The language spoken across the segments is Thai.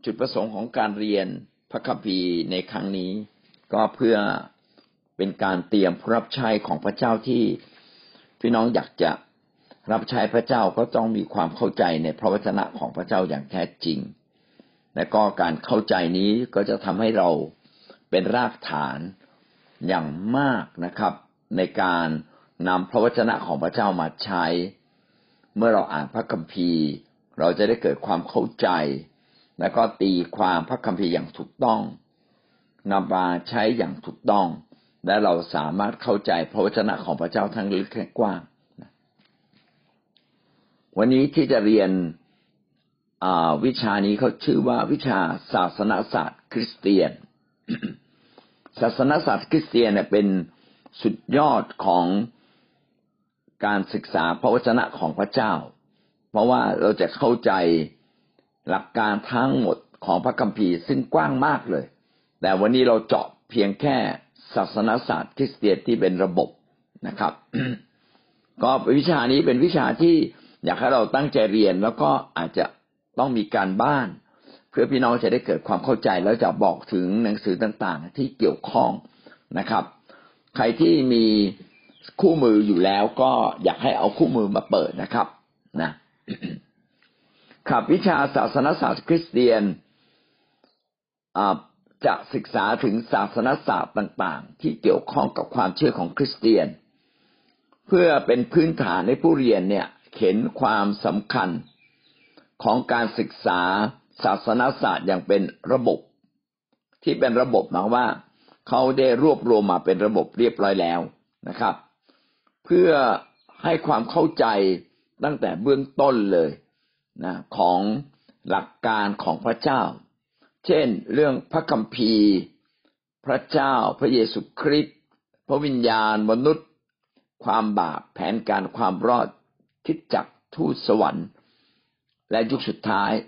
จุดประสงค์ของการเรียนพระคัมภีร์ในครั้งนี้ก็เพื่อเป็นการเตรียมผู้รับใช้ของพระเจ้าที่พี่น้องอยากจะรับใช้พระเจ้าก็ต้องมีความเข้าใจในพระวจนะของพระเจ้าอย่างแท้จริงและก็การเข้าใจนี้ก็จะทำให้เราเป็นรากฐานอย่างมากนะครับในการนำพระวจนะของพระเจ้ามาใช้เมื่อเราอ่านพระคัมภีร์เราจะได้เกิดความเข้าใจและก็ตีความพระคัมภีร์อย่างถูกต้องนำมาใช้อย่างถูกต้องและเราสามารถเข้าใจพระวจนะของพระเจ้าทั้งลึกและกว้างวันนี้ที่จะเรียนวิชานี้เขาชื่อว่าวิชาศาสนศาสตร์คริสเตียน ศาสนศาสตร์คริสเตียนเนี่ยเป็นสุดยอดของการศึกษาพระวจนะของพระเจ้าเพราะว่าเราจะเข้าใจหลักการทั้งหมดของพระคัมภีร์ซึ่งกว้างมากเลยแต่วันนี้เราเจาะเพียงแค่ศาสนศาสตร์คริสเตียนที่เป็นระบบนะครับ ก็วิชานี้เป็นวิชาที่อยากให้เราตั้งใจเรียนแล้วก็อาจจะต้องมีการบ้านเพื่อพี่น้องจะได้เกิดความเข้าใจแล้วจะบอกถึงหนังสือต่างๆที่เกี่ยวข้องนะครับใครที่มีคู่มืออยู่แล้วก็อยากให้เอาคู่มือมาเปิดนะครับครับวิชาศาสนศาสตร์คริสเตียนจะศึกษาถึงศาสนศาสตร์ต่างๆที่เกี่ยวข้องกับความเชื่อของคริสเตียนเพื่อเป็นพื้นฐานให้ผู้เรียนเนี่ยเห็นความสำคัญของการศึกษาศาสนศาสตร์อย่างเป็นระบบที่เป็นระบบหมายว่าเขาได้รวบรวมมาเป็นระบบเรียบร้อยแล้วนะครับเพื่อให้ความเข้าใจตั้งแต่เบื้องต้นเลยนะของหลักการของพระเจ้าเช่นเรื่องพระคัมภีร์พระเจ้าพระเยซูคริสต์พระวิญญาณมนุษย์ความบาปแผนการความรอดคริสตจักรทูตสวรรค์และยุคสุดท้าย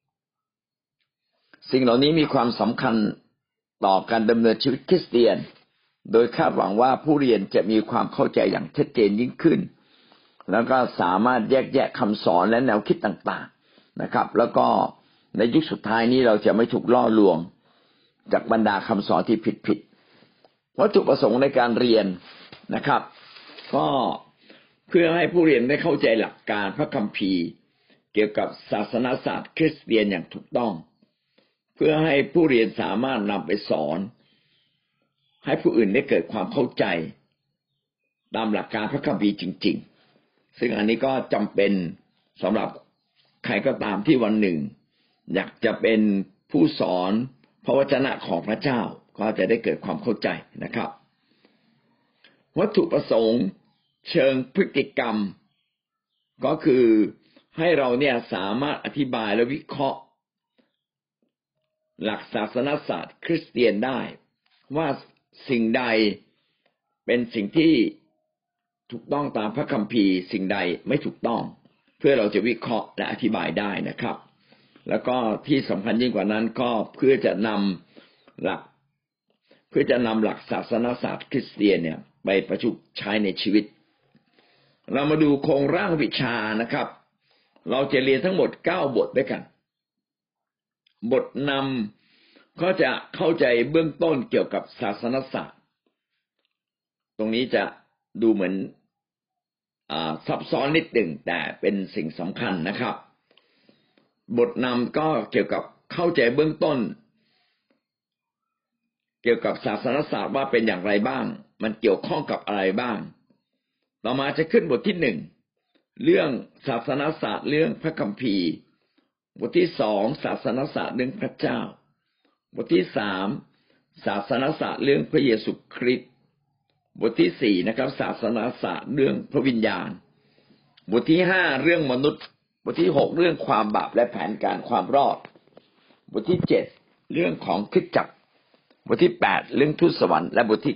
สิ่งเหล่านี้มีความสำคัญต่อการดำเนินชีวิตคริสเตียนโดยคาดหวังว่าผู้เรียนจะมีความเข้าใจอย่างชัดเจนยิ่งขึ้นแล้วก็สามารถแยกแยะคำสอนและแนวคิดต่างๆนะครับแล้วก็ในยุคสุดท้ายนี้เราจะไม่ถูกล่อลวงจากบรรดาคำสอนที่ผิดๆวัตถุประสงค์ในการเรียนนะครับก็เพื่อให้ผู้เรียนได้เข้าใจหลักการพระคัมภีร์เกี่ยวกับศาสนศาสตร์คริสเตียนอย่างถูกต้องเพื่อให้ผู้เรียนสามารถนำไปสอนให้ผู้อื่นได้เกิดความเข้าใจตามหลักการพระคัมภีร์จริงๆซึ่งอันนี้ก็จำเป็นสำหรับใครก็ตามที่วันหนึ่งอยากจะเป็นผู้สอนพระวจนะของพระเจ้าก็จะได้เกิดความเข้าใจนะครับวัตถุประสงค์เชิงพฤติกรรมก็คือให้เราเนี่ยสามารถอธิบายและวิเคราะห์หลักศาสนศาสตร์คริสเตียนได้ว่าสิ่งใดเป็นสิ่งที่ถูกต้องตามพระคัมภีร์สิ่งใดไม่ถูกต้องเพื่อเราจะวิเคราะห์และอธิบายได้นะครับแล้วก็ที่สำคัญยิ่งกว่านั้นก็เพื่อจะนำหลักศาสนศาสตร์คริสเตียนเนี่ยไปประยุกต์ใช้ในชีวิตเรามาดูโครงร่างวิชานะครับเราจะเรียนทั้งหมด9บทด้วยกันบทนำก็จะเข้าใจเบื้องต้นเกี่ยวกับศาสนศาสตร์ตรงนี้จะดูเหมือนซับซ้อนนิดหนึ่งแต่เป็นสิ่งสำคัญนะครับบทนำก็เกี่ยวกับเข้าใจเบื้องต้นเกี่ยวกับศาสนศาสตร์ว่าเป็นอย่างไรบ้างมันเกี่ยวข้องกับอะไรบ้างต่อมาจะขึ้นบทที่1เรื่องศาสนศาสตร์เรื่องพระคัมภีร์บทที่2ศาสนศาสตร์เรื่องพระเจ้าบทที่3ศาสนศาสตร์เรื่องพระเยซูคริสต์บทที่4นะครับศาสนศาสตร์เรื่องพระวิญญาณบทที่5เรื่องมนุษย์บทที่6เรื่องความบาปและแผนการความรอดบทที่7เรื่องของคริสตจักรบทที่8เรื่องทูตสวรรค์และบทที่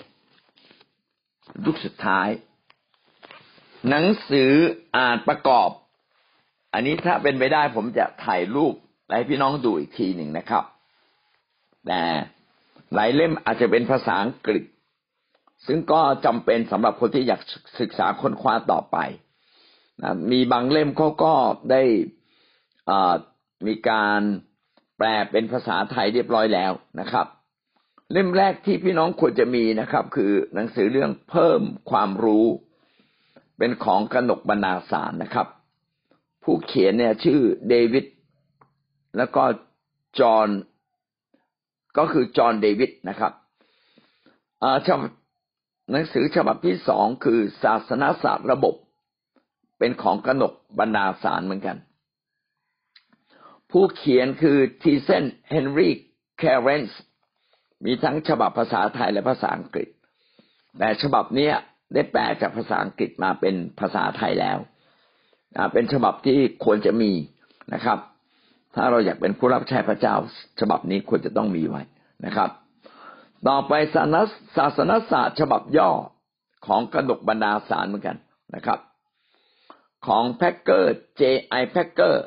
9ยุคสุดท้ายหนังสืออ่านประกอบอันนี้ถ้าเป็นไปได้ผมจะถ่ายรูปให้พี่น้องดูอีกทีหนึ่งนะครับแต่หลายเล่มอาจจะเป็นภาษาอังกฤษซึ่งก็จำเป็นสำหรับคนที่อยากศึกษาค้นคว้าต่อไปนะมีบางเล่มเขาก็ได้มีการแปลเป็นภาษาไทยเรียบร้อยแล้วนะครับเล่มแรกที่พี่น้องควรจะมีนะครับคือหนังสือเรื่องเพิ่มความรู้เป็นของกนกบรรณาสารนะครับผู้เขียนเนี่ยชื่อเดวิดแล้วก็จอห์นก็คือจอห์นเดวิดนะครับหนังสือฉบับที่สองคือศาสนศาสตร์ระบบเป็นของกนกบรรณาสารเหมือนกันผู้เขียนคือทีเซนเฮนรี่แคเรนส์มีทั้งฉบับภาษาไทยและภาษาอังกฤษแต่ฉบับนี้ได้แปลจากภาษาอังกฤษมาเป็นภาษาไทยแล้วเป็นฉบับที่ควรจะมีนะครับถ้าเราอยากเป็นผู้รับใช้พระเจ้าฉบับนี้ควรจะต้องมีไว้นะครับต่อไปศาสนศาสตร์ฉบับย่อของกนกบรรณาสารเหมือนกันนะครับของแพ็กเกอร์ J.I. แพ็กเกอร์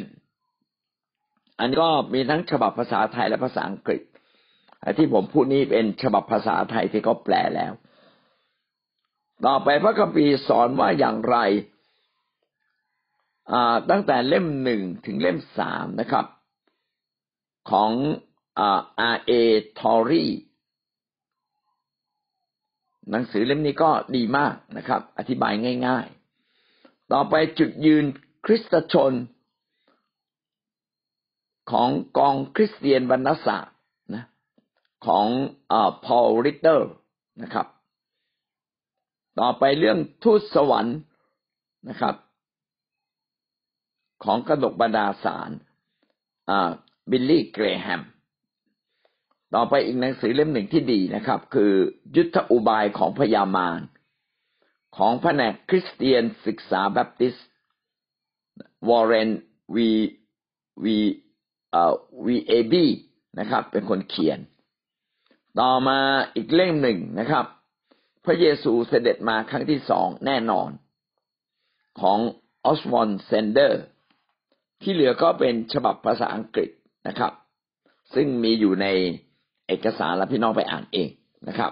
อันนี้ก็มีทั้งฉบับภาษาไทยและภาษาอังกฤษที่ผมพูดนี้เป็นฉบับภาษาไทยที่เขาแปลแล้วต่อไปพระคัมภีร์สอนว่าอย่างไรตั้งแต่เล่ม1ถึงเล่ม3นะครับของR.A. Torrey หนังสือเล่มนี้ก็ดีมากนะครับอธิบายง่ายๆต่อไปจุดยืนคริสตชนของกองคริสเตียนวรรณศาสตร์นะของพอล ริตเตอร์นะครับต่อไปเรื่องทูตสวรรค์นะครับของกนกบรรณาสารบิลลี่เกรแฮมต่อไปอีกหนังสือเล่มหนึ่งที่ดีนะครับคือยุทธอุบายของพญามารของแผนกคริสเตียนศึกษาแบปติสต์วอร์เรนVAB นะครับเป็นคนเขียนต่อมาอีกเล่มหนึ่งนะครับพระเยซูเสด็จมาครั้งที่2แน่นอนของออสวอนเซนเดอร์ที่เหลือก็เป็นฉบับภาษาอังกฤษนะครับซึ่งมีอยู่ในเอกสารแล้วพี่น้องไปอ่านเองนะครับ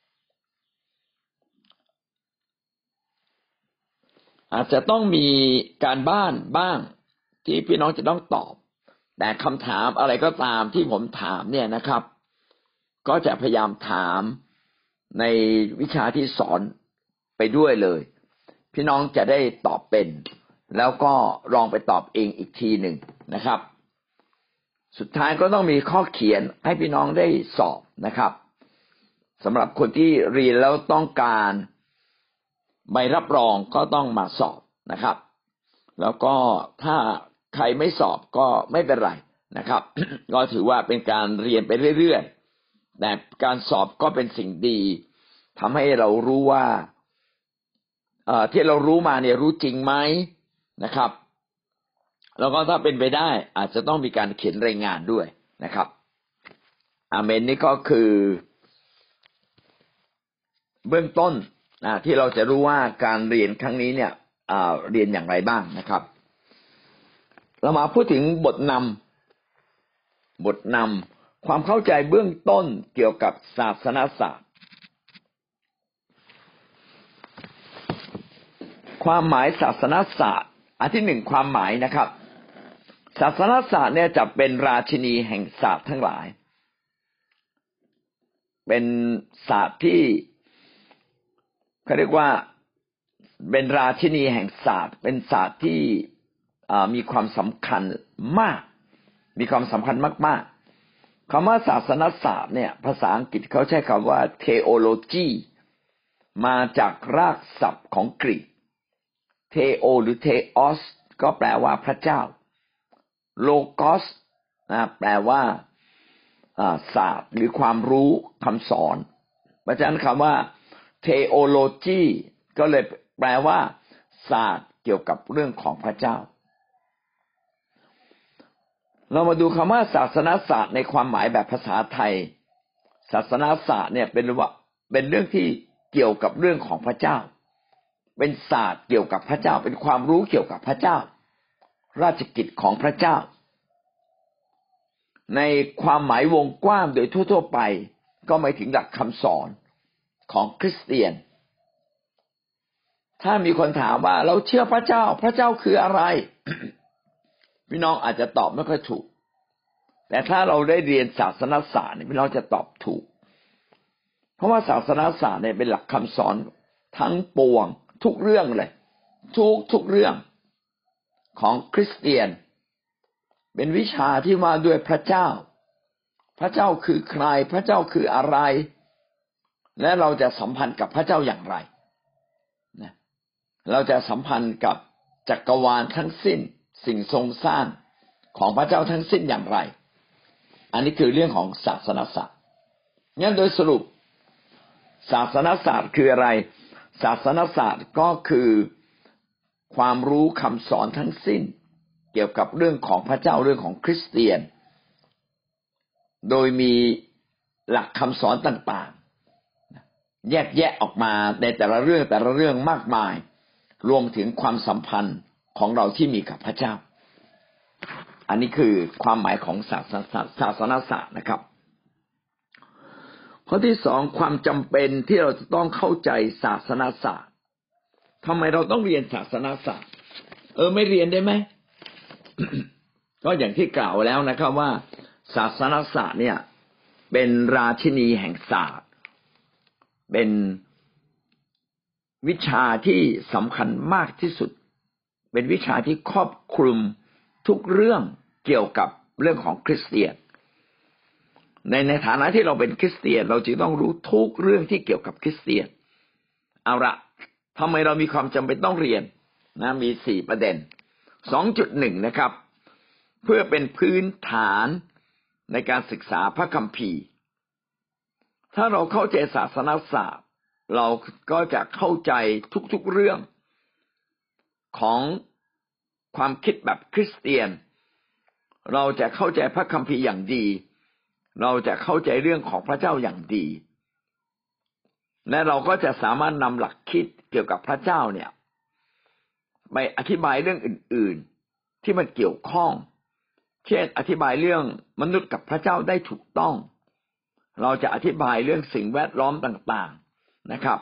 อาจจะต้องมีการบ้านบ้างที่พี่น้องจะต้องตอบแต่คำถามอะไรก็ตามที่ผมถามเนี่ยนะครับก็จะพยายามถามในวิชาที่สอนไปด้วยเลยพี่น้องจะได้ตอบเป็นแล้วก็ลองไปตอบเองอีกทีหนึ่งนะครับสุดท้ายก็ต้องมีข้อเขียนให้พี่น้องได้สอบนะครับสำหรับคนที่เรียนแล้วต้องการใบรับรองก็ต้องมาสอบนะครับแล้วก็ถ้าใครไม่สอบก็ไม่เป็นไรนะครับ ก็ถือว่าเป็นการเรียนไปเรื่อยๆแต่การสอบก็เป็นสิ่งดีทำให้เรารู้ว่าที่เรารู้มาเนี่ยรู้จริงไหมนะครับแล้วก็ถ้าเป็นไปได้อาจจะต้องมีการเขียนรายงานด้วยนะครับอาเมนนี่ก็คือเบื้องต้นที่เราจะรู้ว่าการเรียนครั้งนี้เนี่ยเรียนอย่างไรบ้างนะครับเรามาพูดถึงบทนำความเข้าใจเบื้องต้นเกี่ยวกับศาสนศาสตร์ความหมายศาสนศาสตร์อันที่หนึ่งความหมายนะครับศาสนศาสตร์เนี่ยจะเป็นราชินีแห่งศาสตร์ทั้งหลายเป็นศาสตร์ที่เขาเรียกว่าเป็นราชินีแห่งศาสตร์เป็นศาสตร์ที่มีความสำคัญมากมีความสำคัญมากๆคำว่าศาสนศาสตร์เนี่ยภาษาอังกฤษเขาใช้คำว่า theology มาจากรากศัพท์ของกรีก theo หรือ theos ก็แปลว่าพระเจ้า logos แปลว่าศาสตร์หรือความรู้คำสอนเพราะฉะนั้นคำว่า theology ก็เลยแปลว่าศาสตร์เกี่ยวกับเรื่องของพระเจ้าเรามาดูคำว่าศาสนศาสตร์ในความหมายแบบภาษาไทยศาสนศาสตร์เนี่ยเป็นเรื่องที่เกี่ยวกับเรื่องของพระเจ้าเป็นศาสตร์เกี่ยวกับพระเจ้าเป็นความรู้เกี่ยวกับพระเจ้าราชกิจของพระเจ้าในความหมายวงกว้างโดยทั่วๆไปก็หมายถึงหลักคำสอนของคริสเตียนถ้ามีคนถามว่าเราเชื่อพระเจ้าพระเจ้าคืออะไร พี่น้องอาจจะตอบไม่ค่อยถูกแต่ถ้าเราได้เรียนศาสนศาสตร์เนี่ยเราจะตอบถูกเพราะว่าศาสนศาสตร์เนี่ยเป็นหลักคำสอนทั้งปวงทุกเรื่องเลยทุกเรื่องของคริสเตียนเป็นวิชาที่มาด้วยพระเจ้าพระเจ้าคือใครพระเจ้าคืออะไรและเราจะสัมพันธ์กับพระเจ้าอย่างไรนะเราจะสัมพันธ์กับจักรวาลทั้งสิ้นสิ่งทรงสร้างของพระเจ้าทั้งสิ้นอย่างไรอันนี้คือเรื่องของศาสนศาสตร์งั้นโดยสรุปศาสนศาสตร์คืออะไรศาสนศาสตร์ก็คือความรู้คำสอนทั้งสิ้นเกี่ยวกับเรื่องของพระเจ้าเรื่องของคริสเตียนโดยมีหลักคำสอนต่างๆแยกแยะออกมาในแต่ละเรื่องมากมายรวมถึงความสัมพันธ์ของเราที่มีกับพระเจ้าอันนี้คือความหมายของศาสนศาสตร์นะครับข้อที่สองความจำเป็นที่เราจะต้องเข้าใจศาสนศาสตร์ทำไมเราต้องเรียนศาสนศาสตร์ไม่เรียนได้ไหม ก็อย่างที่กล่าวแล้วนะครับว่าศาสนศาสตร์เนี่ยเป็นราชินีแห่งศาสตร์เป็นวิชาที่สำคัญมากที่สุดเป็นวิชาที่ครอบคลุมทุกเรื่องเกี่ยวกับเรื่องของคริสเตียนในฐานะที่เราเป็นคริสเตียนเราจึงต้องรู้ทุกเรื่องที่เกี่ยวกับคริสเตียนเอาละทำไมเรามีความจำเป็นต้องเรียนนะมี4ประเด็น 2.1 นะครับเพื่อเป็นพื้นฐานในการศึกษาพระคัมภีร์ถ้าเราเข้าใจศาสนศาสตร์เราก็จะเข้าใจทุกๆเรื่องของความคิดแบบคริสเตียนเราจะเข้าใจพระคัมภีร์อย่างดีเราจะเข้าใจเรื่องของพระเจ้าอย่างดีและเราก็จะสามารถนำหลักคิดเกี่ยวกับพระเจ้าเนี่ยไปอธิบายเรื่องอื่นๆที่มันเกี่ยวข้องเช่นอธิบายเรื่องมนุษย์กับพระเจ้าได้ถูกต้องเราจะอธิบายเรื่องสิ่งแวดล้อมต่างๆนะครับ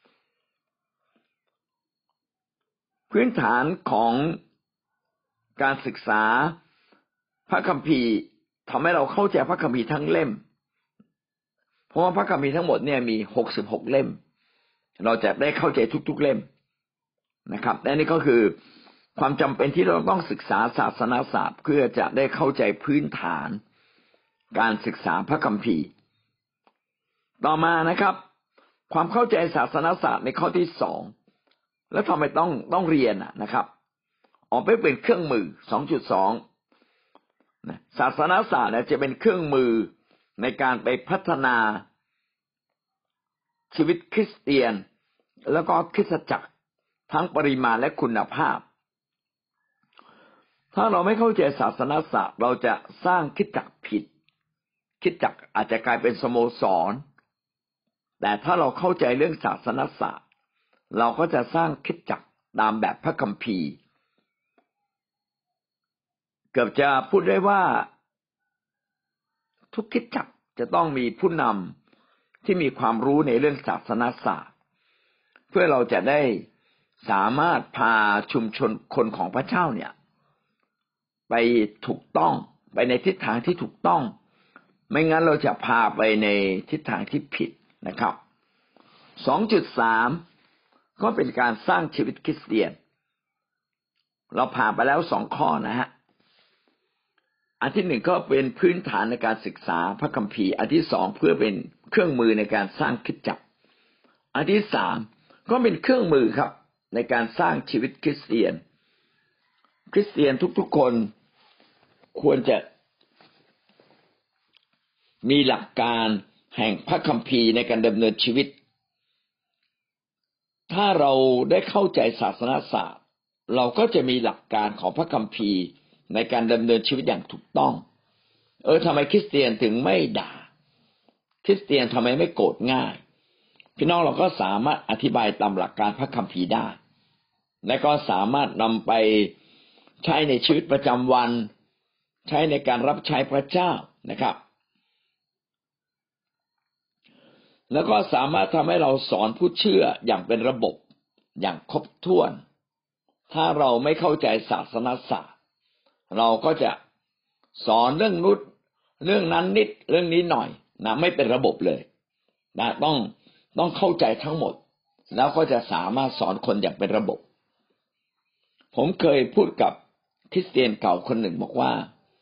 พื้นฐานของการศึกษาพระคัมภีร์ทำให้เราเข้าใจพระคัมภีร์ทั้งเล่มเพราะว่าพระคัมภีร์ทั้งหมดเนี่ยมี66เล่มเราจะได้เข้าใจทุกๆเล่มนะครับและนี่ก็คือความจำเป็นที่เราต้องศึกษาศาสนศาสตร์เพื่อจะได้เข้าใจพื้นฐานการศึกษาพระคัมภีร์ต่อมานะครับความเข้าใจศาสนศาสตร์ในข้อที่2แล้วทำไมต้องเรียนนะครับออกไปเป็นเครื่องมือ 2.2 ศาสนศาสตร์จะเป็นเครื่องมือในการไปพัฒนาชีวิตคริสเตียนแล้วก็คริสตจักรทั้งปริมาณและคุณภาพถ้าเราไม่เข้าใจศาสนศาสตร์เราจะสร้างคริสตจักรผิดคริสตจักรอาจจะกลายเป็นสโมสรแต่ถ้าเราเข้าใจเรื่องศาสนศาสตร์เราก็จะสร้างคริสตจักรตามแบบพระคัมภีร์เกือบจะพูดได้ว่าทุกคริสตจักรจะต้องมีผู้นำที่มีความรู้ในเรื่องศาสนศาสตร์เพื่อเราจะได้สามารถพาชุมชนคนของพระเจ้าเนี่ยไปถูกต้องไปในทิศทางที่ถูกต้องไม่งั้นเราจะพาไปในทิศทางที่ผิดนะครับ 2.3 ก็เป็นการสร้างชีวิตคริสเตียนเราผ่านไปแล้ว2ข้อนะฮะอันที่1ก็เป็นพื้นฐานในการศึกษาพระคัมภีร์อันที่2เพื่อเป็นเครื่องมือในการสร้างคริสตจักรอันที่3ก็เป็นเครื่องมือครับในการสร้างชีวิตคริสเตียนทุกๆคนควรจะมีหลักการแห่งพระคัมภีร์ในการดำเนินชีวิตถ้าเราได้เข้าใจศาสนศาสตร์เราก็จะมีหลักการของพระคัมภีร์ในการดำเนินชีวิตอย่างถูกต้องทำไมคริสเตียนถึงไม่ด่าคริสเตียนทำไมไม่โกรธง่ายพี่น้องเราก็สามารถอธิบายตามหลักการพระคัมภีร์ได้และก็สามารถนำไปใช้ในชีวิตประจำวันใช้ในการรับใช้พระเจ้านะครับแล้วก็สามารถทำให้เราสอนผู้เชื่ออย่างเป็นระบบอย่างครบถ้วนถ้าเราไม่เข้าใจศาสนศาสตร์เราก็จะสอนเรื่องนู้นเรื่องนั้นนิดเรื่องนี้หน่อยนะไม่เป็นระบบเลยนะต้องเข้าใจทั้งหมดแล้วก็จะสามารถสอนคนอย่างเป็นระบบ ผมเคยพูดกับคริสเตียนเก่าคนหนึ่งบอกว่า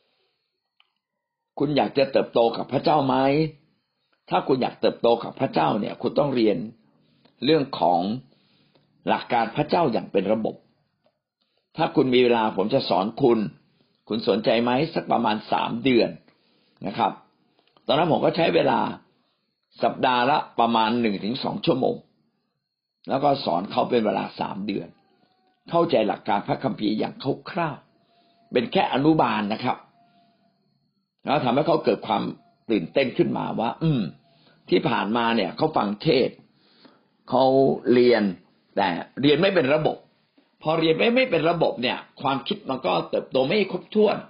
คุณอยากจะเติบโตกับพระเจ้าไหมถ้าคุณอยากเติบโตกับพระเจ้าเนี่ยคุณต้องเรียนเรื่องของหลักการพระเจ้าอย่างเป็นระบบถ้าคุณมีเวลาผมจะสอนคุณสนใจไหมสักประมาณ3 เดือนนะครับตอนนั้นผมก็ใช้เวลาสัปดาห์ละประมาณ 1-2 ชั่วโมงแล้วก็สอนเขาเป็นเวลา3 เดือนเข้าใจหลักการพระคัมภีร์อย่างคร่าวๆเป็นแค่อนุบาลนะครับแล้วทำให้เขาเกิดความตื่นเต้นขึ้นมาว่าที่ผ่านมาเนี่ยเขาฟังเทศเขาเรียนแต่เรียนไม่เป็นระบบพอเรียนไม่เป็นระบบเนี่ยความคิดมันก็เติบโตไม่ครบถ้วน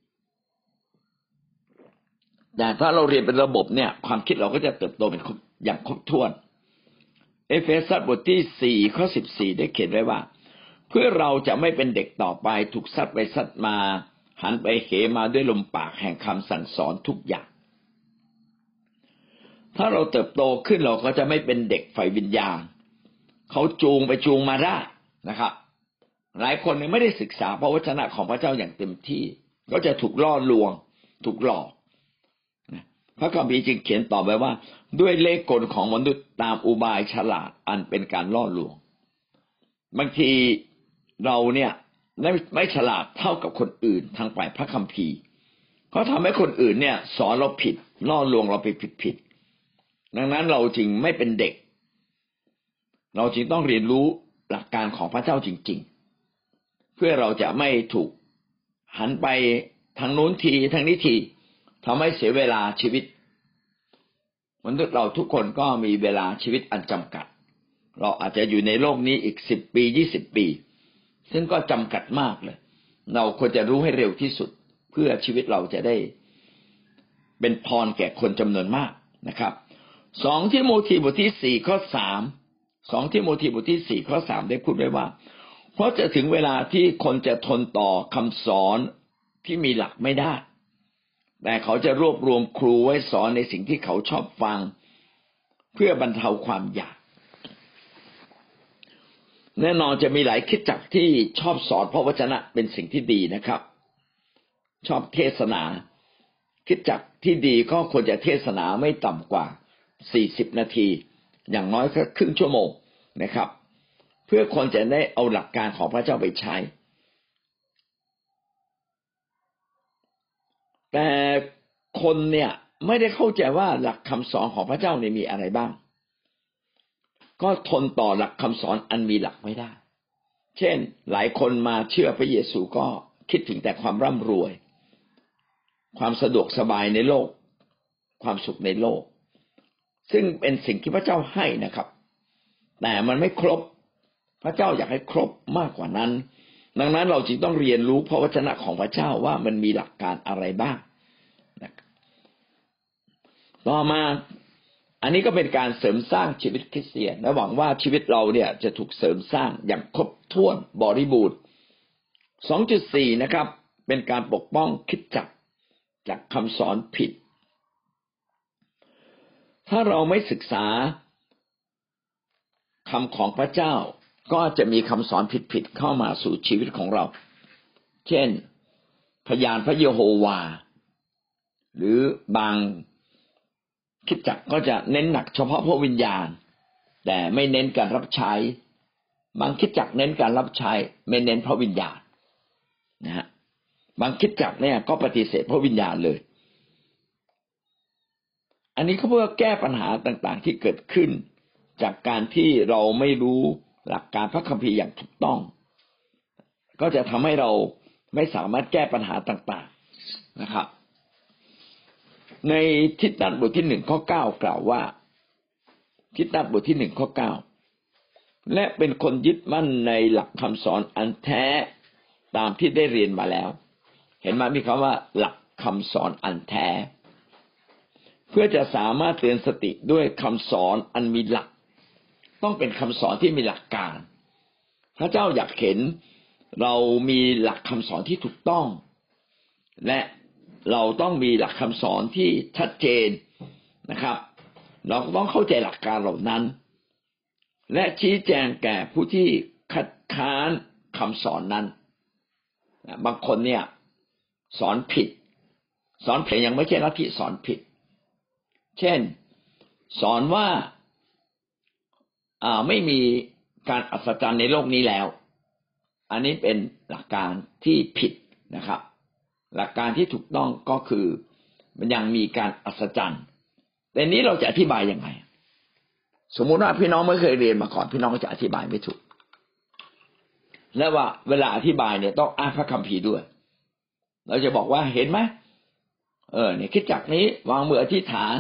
แต่ถ้าเราเรียนเป็นระบบเนี่ยความคิดเราก็จะเติบโตเป็นอย่างครบถ้วนเอเฟซัสบทที่4ข้อ14ได้เขียนไว้ว่าเพื่อเราจะไม่เป็นเด็กต่อไปถูกซัดไปซัดมาหันไปเหมาด้วยลมปากแห่งคำสั่งสอนทุกอย่างถ้าเราเติบโตขึ้นเราก็จะไม่เป็นเด็กฝ่ายวิญญาณเขาจูงไปจูงมาได้นะครับหลายคนไม่ได้ศึกษาพระวจนะของพระเจ้าอย่างเต็มที่ก็จะถูกล่อลวงถูกหลอกพระคัมภีร์จึงเขียนต่อไปว่าด้วยเล่ห์กลของมนุษย์ตามอุบายฉลาดอันเป็นการล่อลวงบางทีเราเนี่ยไม่ฉลาดเท่ากับคนอื่นทางฝ่ายพระคัมภีร์เขาทำให้คนอื่นเนี่ยสอนเราผิดล่อลวงเราไปผิดดังนั้นเราจึงไม่เป็นเด็กเราจึงต้องเรียนรู้หลักการของพระเจ้าจริงๆเพื่อเราจะไม่ถูกหันไปทางโน้นทีทางนี้ทีทำให้เสียเวลาชีวิตมนุษย์เราทุกคนก็มีเวลาชีวิตอันจำกัดเราอาจจะอยู่ในโลกนี้อีก10 ปี20 ปีซึ่งก็จำกัดมากเลยเราควรจะรู้ให้เร็วที่สุดเพื่อชีวิตเราจะได้เป็นพรแก่คนจำนวนมากนะครับ2ทิโมธีบทที่4ข้อ3 2ทิโมธีบทที่4ข้อ3ได้พูดไว้ว่าเพราะจะถึงเวลาที่คนจะทนต่อคำสอนที่มีหลักไม่ได้แต่เขาจะรวบรวมครูไว้สอนในสิ่งที่เขาชอบฟังเพื่อบรรเทาความอยากแน่นอนจะมีหลายคริสตจักรที่ชอบสอนพระวจนะเป็นสิ่งที่ดีนะครับชอบเทศนาคริสตจักรที่ดีก็ควรจะเทศนาไม่ต่ำกว่า40 นาทีอย่างน้อยก็ครึ่งชั่วโมงนะครับเพื่อคนจะได้เอาหลักการของพระเจ้าไปใช้แต่คนเนี่ยไม่ได้เข้าใจว่าหลักคำสอนของพระเจ้าเนี่ยมีอะไรบ้างก็ทนต่อหลักคำสอนอันมีหลักไม่ได้เช่นหลายคนมาเชื่อพระเยซูก็คิดถึงแต่ความร่ำรวยความสะดวกสบายในโลกความสุขในโลกซึ่งเป็นสิ่งที่พระเจ้าให้นะครับแต่มันไม่ครบพระเจ้าอยากให้ครบมากกว่านั้นดังนั้นเราจึงต้องเรียนรู้พระวจนะของพระเจ้าว่ามันมีหลักการอะไรบ้างต่อมาอันนี้ก็เป็นการเสริมสร้างชีวิตคริสเตียนและหวังว่าชีวิตเราเนี่ยจะถูกเสริมสร้างอย่างครบถ้วนบริบูรณ์ 2.4 นะครับเป็นการปกป้องคริสตจักรจากคำสอนผิดถ้าเราไม่ศึกษาคำของพระเจ้าก็จะมีคำสอนผิดๆเข้ามาสู่ชีวิตของเราเช่นพยานพระเยโฮวาหรือบางคริสตจักรก็จะเน้นหนักเฉพาะพระวิญญาณแต่ไม่เน้นการรับใช้บางคริสตจักรเน้นการรับใช้ไม่เน้นพระวิญญาณนะฮะบางคริสตจักรเนี่ยก็ปฏิเสธพระวิญญาณเลยอันนี้ก็เพื่อแก้ปัญหาต่างๆที่เกิดขึ้นจากการที่เราไม่รู้หลักการพระคัมภีร์อย่างถูกต้องก็จะทำให้เราไม่สามารถแก้ปัญหาต่างๆนะครับในทิฏฐันบทที่1ข้อ9กล่าวว่าทิฏฐันบทที่1ข้อ9และเป็นคนยึดมั่นในหลักคำสอนอันแท้ตามที่ได้เรียนมาแล้วเห็นไหมมีคำว่าหลักคำสอนอันแท้เพื่อจะสามารถเตือนสติด้วยคำสอนอันมีหลักต้องเป็นคำสอนที่มีหลักการพระเจ้าอยากเห็นเรามีหลักคำสอนที่ถูกต้องและเราต้องมีหลักคำสอนที่ชัดเจนนะครับ เราก็ต้องเข้าใจหลักการเหล่านั้นและชี้แจงแก่ผู้ที่คัดค้านคำสอนนั้นบางคนเนี่ยสอนผิดยังไม่ใช่ลัทธิสอนผิดเช่นสอนว่าไม่มีการอัศจรรย์ในโลกนี้แล้วอันนี้เป็นหลักการที่ผิดนะครับหลักการที่ถูกต้องก็คือมันยังมีการอัศจรรย์แต่นี้เราจะอธิบายยังไงสมมุติว่าพี่น้องไม่เคยเรียนมาก่อนพี่น้องก็จะอธิบายไม่ถูกและว่าเวลาอธิบายเนี่ยต้องอ้างพระคัมภีร์ด้วยเราจะบอกว่าเห็นไหมเนี่ยคริสตจักรนี้วางมืออธิษฐาน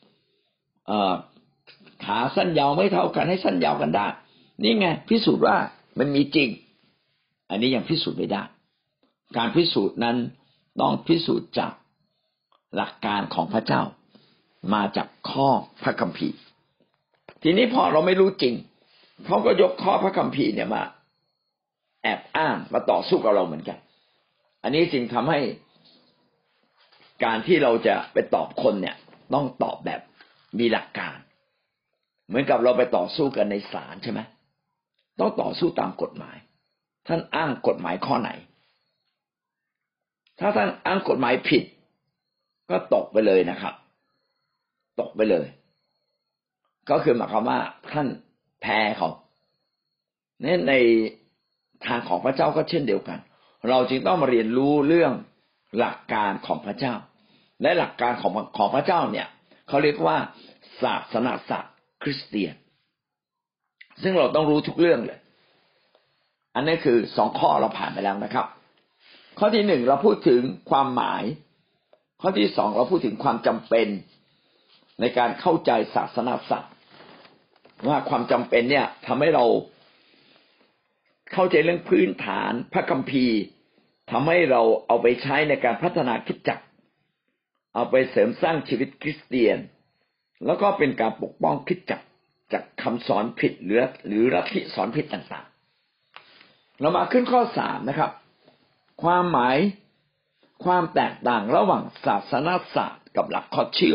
ขาสั้นยาวไม่เท่ากันให้สั้นยาวกันได้นี่ไงพิสูจน์ว่ามันมีจริงอันนี้ยังพิสูจน์ไม่ได้การพิสูจน์นั้นต้องพิสูจน์จากหลักการของพระเจ้ามาจากข้อพระคัมภีร์ทีนี้พอเราไม่รู้จริงเขาก็ยกข้อพระคัมภีร์เนี่ยมาแอบอ้างมาต่อสู้กับเราเหมือนกันอันนี้จึงทำให้การที่เราจะไปตอบคนเนี่ยต้องตอบแบบมีหลักการเหมือนกับเราไปต่อสู้กันในศาลใช่ไหมต้องต่อสู้ตามกฎหมายท่านอ้างกฎหมายข้อไหนถ้าท่านอ้างกฎหมายผิดก็ตกไปเลยนะครับตกไปเลยก็คือหมายความว่าท่านแพ้เขาในทางของพระเจ้าก็เช่นเดียวกันเราจึงต้องมาเรียนรู้เรื่องหลักการของพระเจ้าและหลักการของพระเจ้าเนี่ยเขาเรียกว่าศาสนศาสตร์คริสเตียนซึ่งเราต้องรู้ทุกเรื่องเลยอันนี้คือ2ข้อเราผ่านไปแล้วนะครับข้อที่1เราพูดถึงความหมายข้อที่2เราพูดถึงความจำเป็นในการเข้าใจศาสนศาสตร์ว่าความจำเป็นเนี่ยทำให้เราเข้าใจเรื่องพื้นฐานพระคัมภีร์ทำให้เราเอาไปใช้ในการพัฒนาคริสตจักรเอาไปเสริมสร้างชีวิตคริสเตียนแล้วก็เป็นการปกป้องคริสตจักรจากคำสอนผิดหรือลัทธิสอนผิดต่างๆเรามาขึ้นข้อ3นะครับความหมายความแตกต่างระหว่างศาสนศาสตร์กับหลักข้อเชื่อ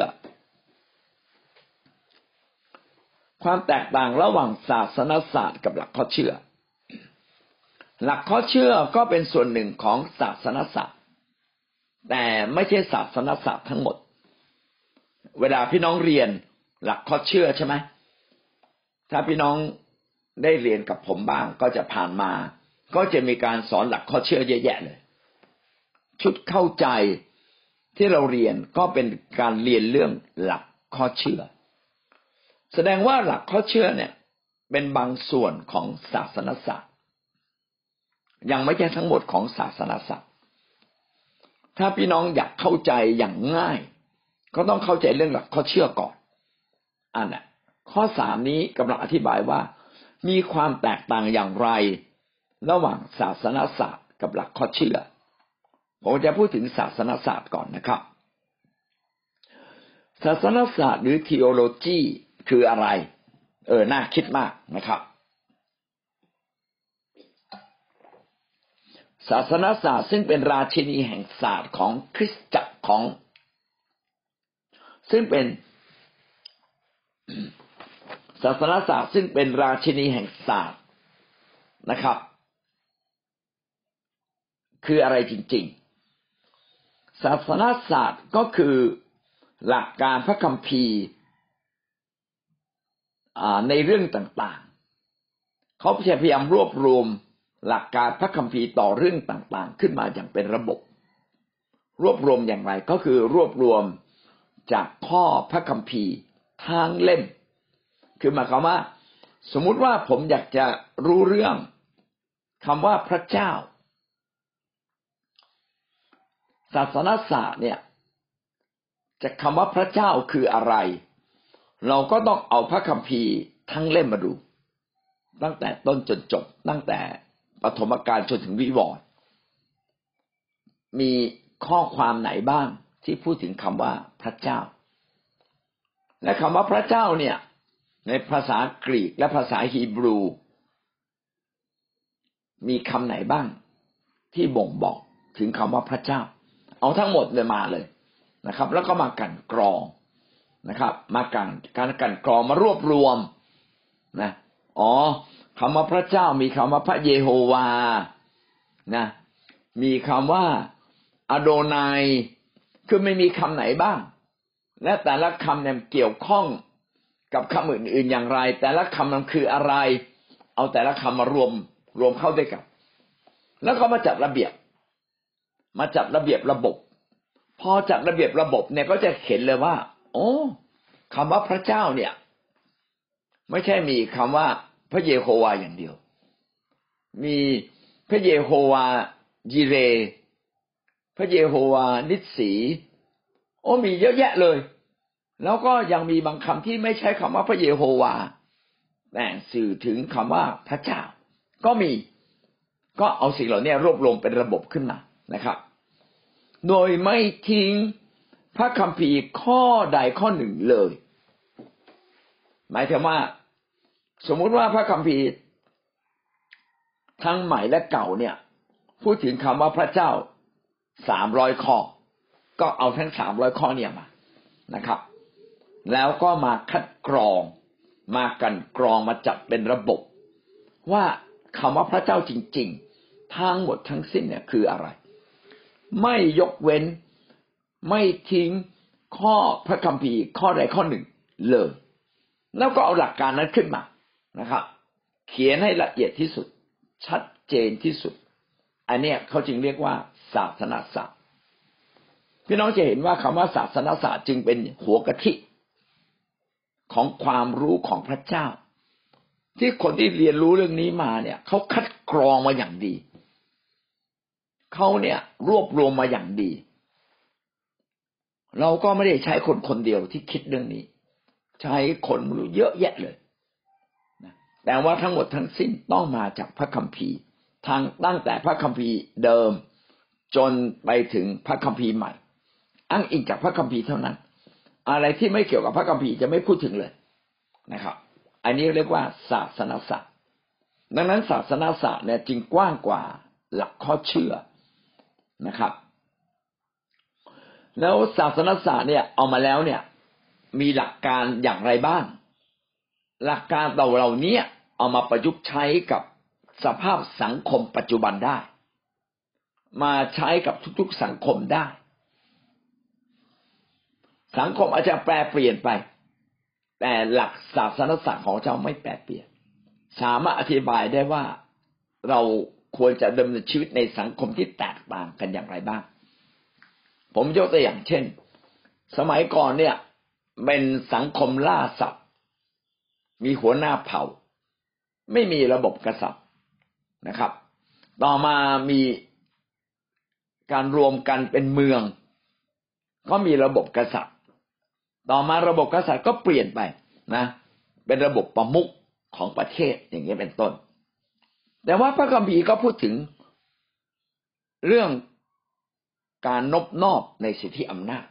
ความแตกต่างระหว่างศาสนศาสตร์กับหลักข้อเชื่อหลักข้อเชื่อก็เป็นส่วนหนึ่งของศาสนศาสตร์แต่ไม่ใช่ศาสนศาสตร์ทั้งหมดเวลาพี่น้องเรียนหลักข้อเชื่อใช่ไหมถ้าพี่น้องได้เรียนกับผมบ้างก็จะผ่านมาก็จะมีการสอนหลักข้อเชื่อเยอะแยะเลยชุดเข้าใจที่เราเรียนก็เป็นการเรียนเรื่องหลักข้อเชื่อแสดงว่าหลักข้อเชื่อเนี่ยเป็นบางส่วนของศาสนศาสตร์ยังไม่ใช่ทั้งหมดของศาสนศาสตร์ถ้าพี่น้องอยากเข้าใจอย่างง่ายก็ต้องเข้าใจเรื่องหลักข้อเชื่อก่อนข้อ3นี้กำลังอธิบายว่ามีความแตกต่างอย่างไรระหว่างศาสนศาสตร์กับหลักข้อเชื่อผมจะพูดถึงศาสนศาสตร์ก่อนนะครับศาสนศาสตร์หรือ theology คืออะไรน่าคิดมากนะครับศาสนศาสตร์ซึ่งเป็นราชินีแห่งศาสตร์ของคริสตจักรของซึ่งเป็นศาสนศาสตร์ซึ่งเป็นราชินีแห่งศาสตร์นะครับคืออะไรจริงๆศาสนศาสตร์ก็คือหลักการพระคัมภีร์ในเรื่องต่างๆเขาพยายามรวบรวมหลักการพระคัมภีร์ต่อเรื่องต่างๆขึ้นมาอย่างเป็นระบบรวบรวมอย่างไรก็คือรวบรวมจากข้อพระคัมภีร์ทั้งเล่มคือหมายความว่าสมมุติว่าผมอยากจะรู้เรื่องคำว่าพระเจ้าศาสนศาสตร์เนี่ยจะคำว่าพระเจ้าคืออะไรเราก็ต้องเอาพระคัมภีร์ทั้งเล่มมาดูตั้งแต่ต้นจนจบตั้งแต่ปฐมกาลจนถึงวิวรณ์มีข้อความไหนบ้างที่พูดถึงคำว่าพระเจ้าและคำว่าพระเจ้าเนี่ยในภาษากรีกและภาษาฮีบรูมีคำไหนบ้างที่บ่งบอกถึงคำว่าพระเจ้าเอาทั้งหมดเลยมาเลยนะครับ แล้วก็มากั่นกรองนะครับ มาการกั่นกรองมารวบรวมนะคำว่าพระเจ้ามีคำว่าพระเยโฮวานะมีคำว่าอโดไนคือไม่มีคำไหนบ้างและแต่ละคำเนี่ยเกี่ยวข้องกับคำอื่นๆอย่างไรแต่ละคำมันคืออะไรเอาแต่ละคำมารวมเข้าด้วยกันแล้วก็มาจัดระเบียบระบบพอจัดระเบียบระบบเนี่ยก็จะเห็นเลยว่าคำว่าพระเจ้าเนี่ยไม่ใช่มีคำว่าพระเยโฮวาอย่างเดียวมีพระเยโฮวายิเรพระเยโฮวานิสสีมีเยอะแยะเลยแล้วก็ยังมีบางคำที่ไม่ใช้คำว่าพระเยโฮวาแต่สื่อถึงคำว่าพระเจ้าก็เอาสิ่งเหล่านี้รวบรวมเป็นระบบขึ้นมานะครับโดยไม่ทิ้งพระคัมภีร์ข้อใดข้อหนึ่งเลยหมายถึงว่าสมมุติว่าพระคัมภีร์ทั้งใหม่และเก่าเนี่ยพูดถึงคำว่าพระเจ้า300ข้อก็เอาทั้ง300ข้อเนี่ยมานะครับแล้วก็มาคัดกรองมากันกรองมาจัดเป็นระบบว่าคำว่าพระเจ้าจริงๆทั้งหมดทั้งสิ้นเนี่ยคืออะไรไม่ยกเว้นไม่ทิ้งข้อพระคัมภีร์ข้อใดข้อหนึ่งเลยแล้วก็เอาหลักการนั้นขึ้นมานะครับเขียนให้ละเอียดที่สุดชัดเจนที่สุดอันนี้เขาจึงเรียกว่าศาสนศาสตร์พี่น้องจะเห็นว่าคำว่าศาสนศาสตร์จึงเป็นหัวกะทิของความรู้ของพระเจ้าที่คนที่เรียนรู้เรื่องนี้มาเนี่ยเขาคัดกรองมาอย่างดีเขาเนี่ยรวบรวมมาอย่างดีเราก็ไม่ได้ใช้คนเดียวที่คิดเรื่องนี้ใช้คนรู้เยอะแยะเลยแต่ว่าทั้งหมดทั้งสิ้นต้องมาจากพระคัมภีร์ตั้งแต่พระคัมภีร์เดิมจนไปถึงพระคัมภีร์ใหม่อ้างอิงจากพระคัมภีร์เท่านั้นอะไรที่ไม่เกี่ยวกับพระคัมภีร์จะไม่พูดถึงเลยนะครับอันนี้เรียกว่าศาสนศาสตร์ดังนั้นศาสนศาสตร์เนี่ยจึงกว้างกว่าหลักข้อเชื่อนะครับแล้วศาสนศาสตร์เนี่ยเอามาแล้วเนี่ยมีหลักการอย่างไรบ้างหลักการเหล่านี้เอามาประยุกต์ใช้กับสภาพสังคมปัจจุบันได้มาใช้กับทุกๆสังคมได้สังคมอาจจะแปรเปลี่ยนไปแต่หลักศาสนศาสตร์ของเจ้าไม่แปรเปลี่ยนสามารถอธิบายได้ว่าเราควรจะดำเนินชีวิตในสังคมที่แตกต่างกันอย่างไรบ้างผมยกตัวอย่างเช่นสมัยก่อนเนี่ยเป็นสังคมล่าสัตว์มีหัวหน้าเผ่าไม่มีระบบกษัตริย์นะครับต่อมามีการรวมกันเป็นเมืองก็มีระบบกษัตริย์ต่อมาระบบกษัตริย์ก็เปลี่ยนไปนะเป็นระบบประมุขของประเทศอย่างนี้เป็นต้นแต่ว่าพระคัมภีร์ก็พูดถึงเรื่องการนบนอบในสิทธิอำนาจ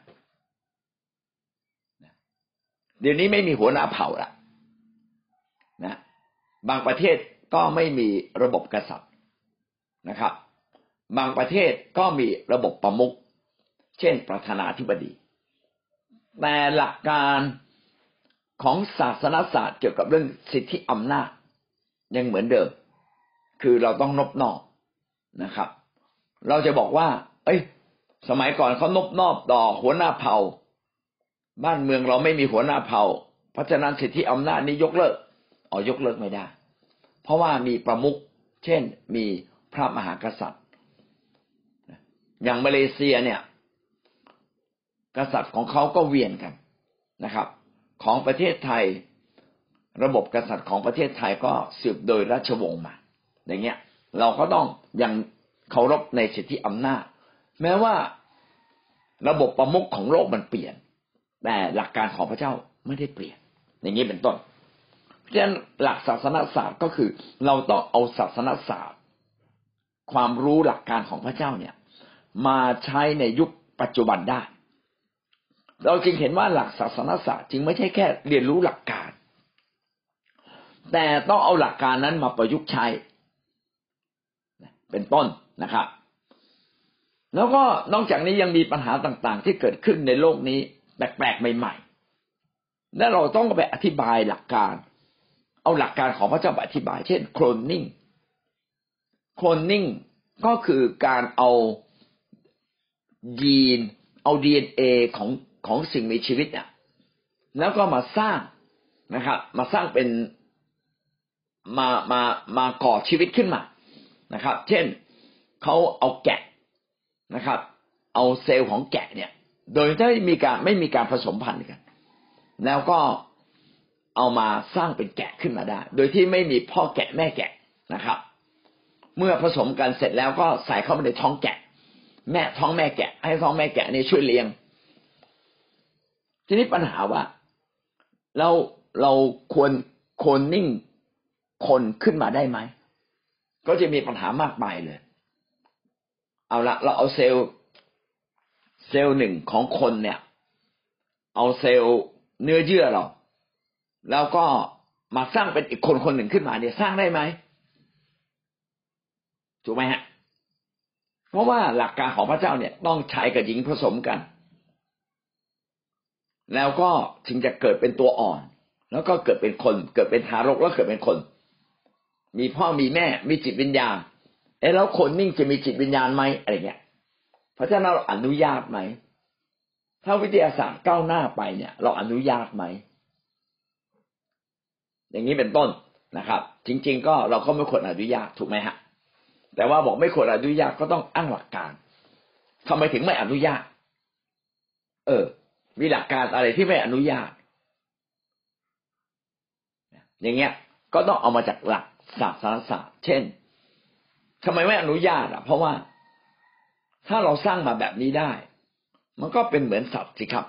เดี๋ยวนี้ไม่มีหัวหน้าเผ่าละนะบางประเทศก็ไม่มีระบบกษัตริย์นะครับบางประเทศก็มีระบบประมุขเช่นประธานาธิบดีแต่หลักการของศาสนศาสตร์เกี่ยวกับเรื่องสิทธิอำนาจยังเหมือนเดิมคือเราต้องนบนอบนะครับเราจะบอกว่าสมัยก่อนเขานบนอบต่อหัวหน้าเผ่าบ้านเมืองเราไม่มีหัวหน้าเผ่าเพราะฉะนั้นสิทธิอำนาจนี้ยกเลิกยกเลิกไม่ได้เพราะว่ามีประมุขเช่นมีพระมหากษัตริย์อย่างมาเลเซียเนี่ยกษัตริย์ของเขาก็เวียนกันนะครับของประเทศไทยระบบกษัตริย์ของประเทศไทยก็สืบโดยราชวงศ์มาอย่างเงี้ยเราก็ต้องยังเคารพในสิทธิอำนาจแม้ว่าระบบประมุขของโลกมันเปลี่ยนแต่หลักการของพระเจ้าไม่ได้เปลี่ยนอย่างนี้เป็นต้นเพราะฉะนั้นหลักศาสนศาสตร์ก็คือเราต้องเอาศาสนศาสตร์ความรู้หลักการของพระเจ้าเนี่ยมาใช้ในยุคปัจจุบันได้เราจึงเห็นว่าหลักศาสนศาสตร์จึงไม่ใช่แค่เรียนรู้หลักการแต่ต้องเอาหลักการนั้นมาประยุกต์ใช้เป็นต้นนะครับแล้วก็นอกจากนี้ยังมีปัญหาต่างๆที่เกิดขึ้นในโลกนี้แปลกๆใหม่ๆและเราต้องไปอธิบายหลักการเอาหลักการของพระเจ้าไปอธิบายเช่นโคลนนิ่งก็คือการเอายีนเอา DNA ของสิ่งมีชีวิตเนี่ยแล้วก็มาสร้างนะครับมาสร้างเป็นมาก่อชีวิตขึ้นมานะครับเช่นเขาเอาแกะนะครับเอาเซลล์ของแกะเนี่ยโดยไม่มีการผสมพันธุ์กันแล้วก็เอามาสร้างเป็นแกะขึ้นมาได้โดยที่ไม่มีพ่อแกะแม่แกะนะครับเมื่อผสมกันเสร็จแล้วก็ใส่เข้าไปในท้องแกะท้องแม่แกะให้ท้องแม่แกะนี่ช่วยเลี้ยงทีนี้ปัญหาว่าเราควรโคลนนิ่งคนขึ้นมาได้ไหมก็จะมีปัญหามากมายเลยเอาละเราเอาเซลล์หนึ่งของคนเนี่ยเอาเซลล์เนื้อเยื่อเราแล้วก็มาสร้างเป็นอีกคนหนึ่งขึ้นมาเนี่ยสร้างได้ไหมถูกไหมฮะเพราะว่าหลักการของพระเจ้าเนี่ยต้องชายกับหญิงผสมกันแล้วก็ถึงจะเกิดเป็นตัวอ่อนแล้วก็เกิดเป็นคนเกิดเป็นทารกแล้วเกิดเป็นคนมีพ่อมีแม่มีจิตวิญญาณแล้วคนนิ่งจะมีจิตวิญญาณไหมอะไรเงี้ยพระเจ้าเราอนุญาตไหมถ้าวิทยาศาสตร์ก้าวหน้าไปเนี่ยเราอนุญาตไหมอย่างนี้เป็นต้นนะครับจริงๆก็เราก็ไม่ควรอนุญาตถูกไหมฮะแต่ว่าบอกไม่ควรอนุญาตก็ต้องอ้างหลักการทำไมถึงไม่อนุญาตมีหลักการอะไรที่ไม่อนุญาตอย่างเงี้ยก็ต้องเอามาจากหลักศาสนศาสตร์เช่นทำไมไม่อนุญาตเพราะว่าถ้าเราสร้างมาแบบนี้ได้มันก็เป็นเหมือนสัตว์สิครับ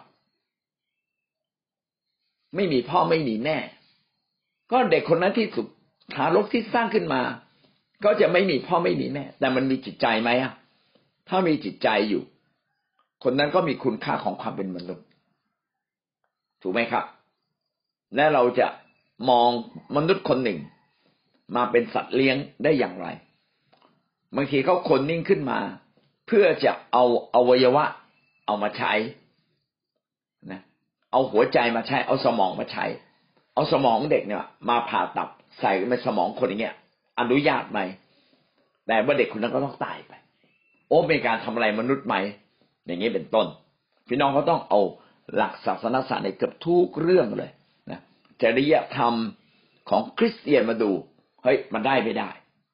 ไม่มีพ่อไม่มีแม่ก็เด็กคนนั้นที่ถูกทารกที่สร้างขึ้นมาก็จะไม่มีพ่อไม่มีแม่แต่มันมีจิตใจไหมถ้ามีจิตใจอยู่คนนั้นก็มีคุณค่าของความเป็นมนุษย์ถูกไหมครับและเราจะมองมนุษย์คนหนึ่งมาเป็นสัตว์เลี้ยงได้อย่างไรบางทีเขาคนนิ่งขึ้นมาเพื่อจะเอาอวัยวะเอามาใช้นะเอาหัวใจมาใช้เอาสมองมาใช้เอาสมองเด็กเนี่ยมาผ่าตัดใส่ในสมองคนอย่างเงี้ยอนุญาตไหมแต่ว่าเด็กคนนั้นก็ต้องตายไปเป็นการทำอะไรมนุษย์ไหมอย่างนี้เป็นต้นพี่น้องก็ต้องเอาหลักศาสนศาสตร์ในเกือบทุกเรื่องเลยนะจริยธรรมของคริสเตียนมาดูเฮ้ยมันได้ไม่ได้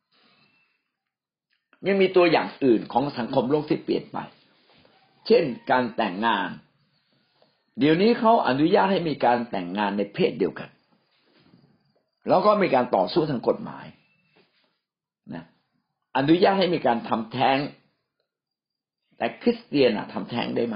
ยังมีตัวอย่างอื่นของสังคมโลกที่เปลี่ยนไปเช่นการแต่งงานเดี๋ยวนี้เขาอนุญาตให้มีการแต่งงานในเพศเดียวกันแล้วก็มีการต่อสู้ทางกฎหมายนะอนุญาตให้มีการทำแท้งแต่คริสเตียนทำแท้งได้ไหม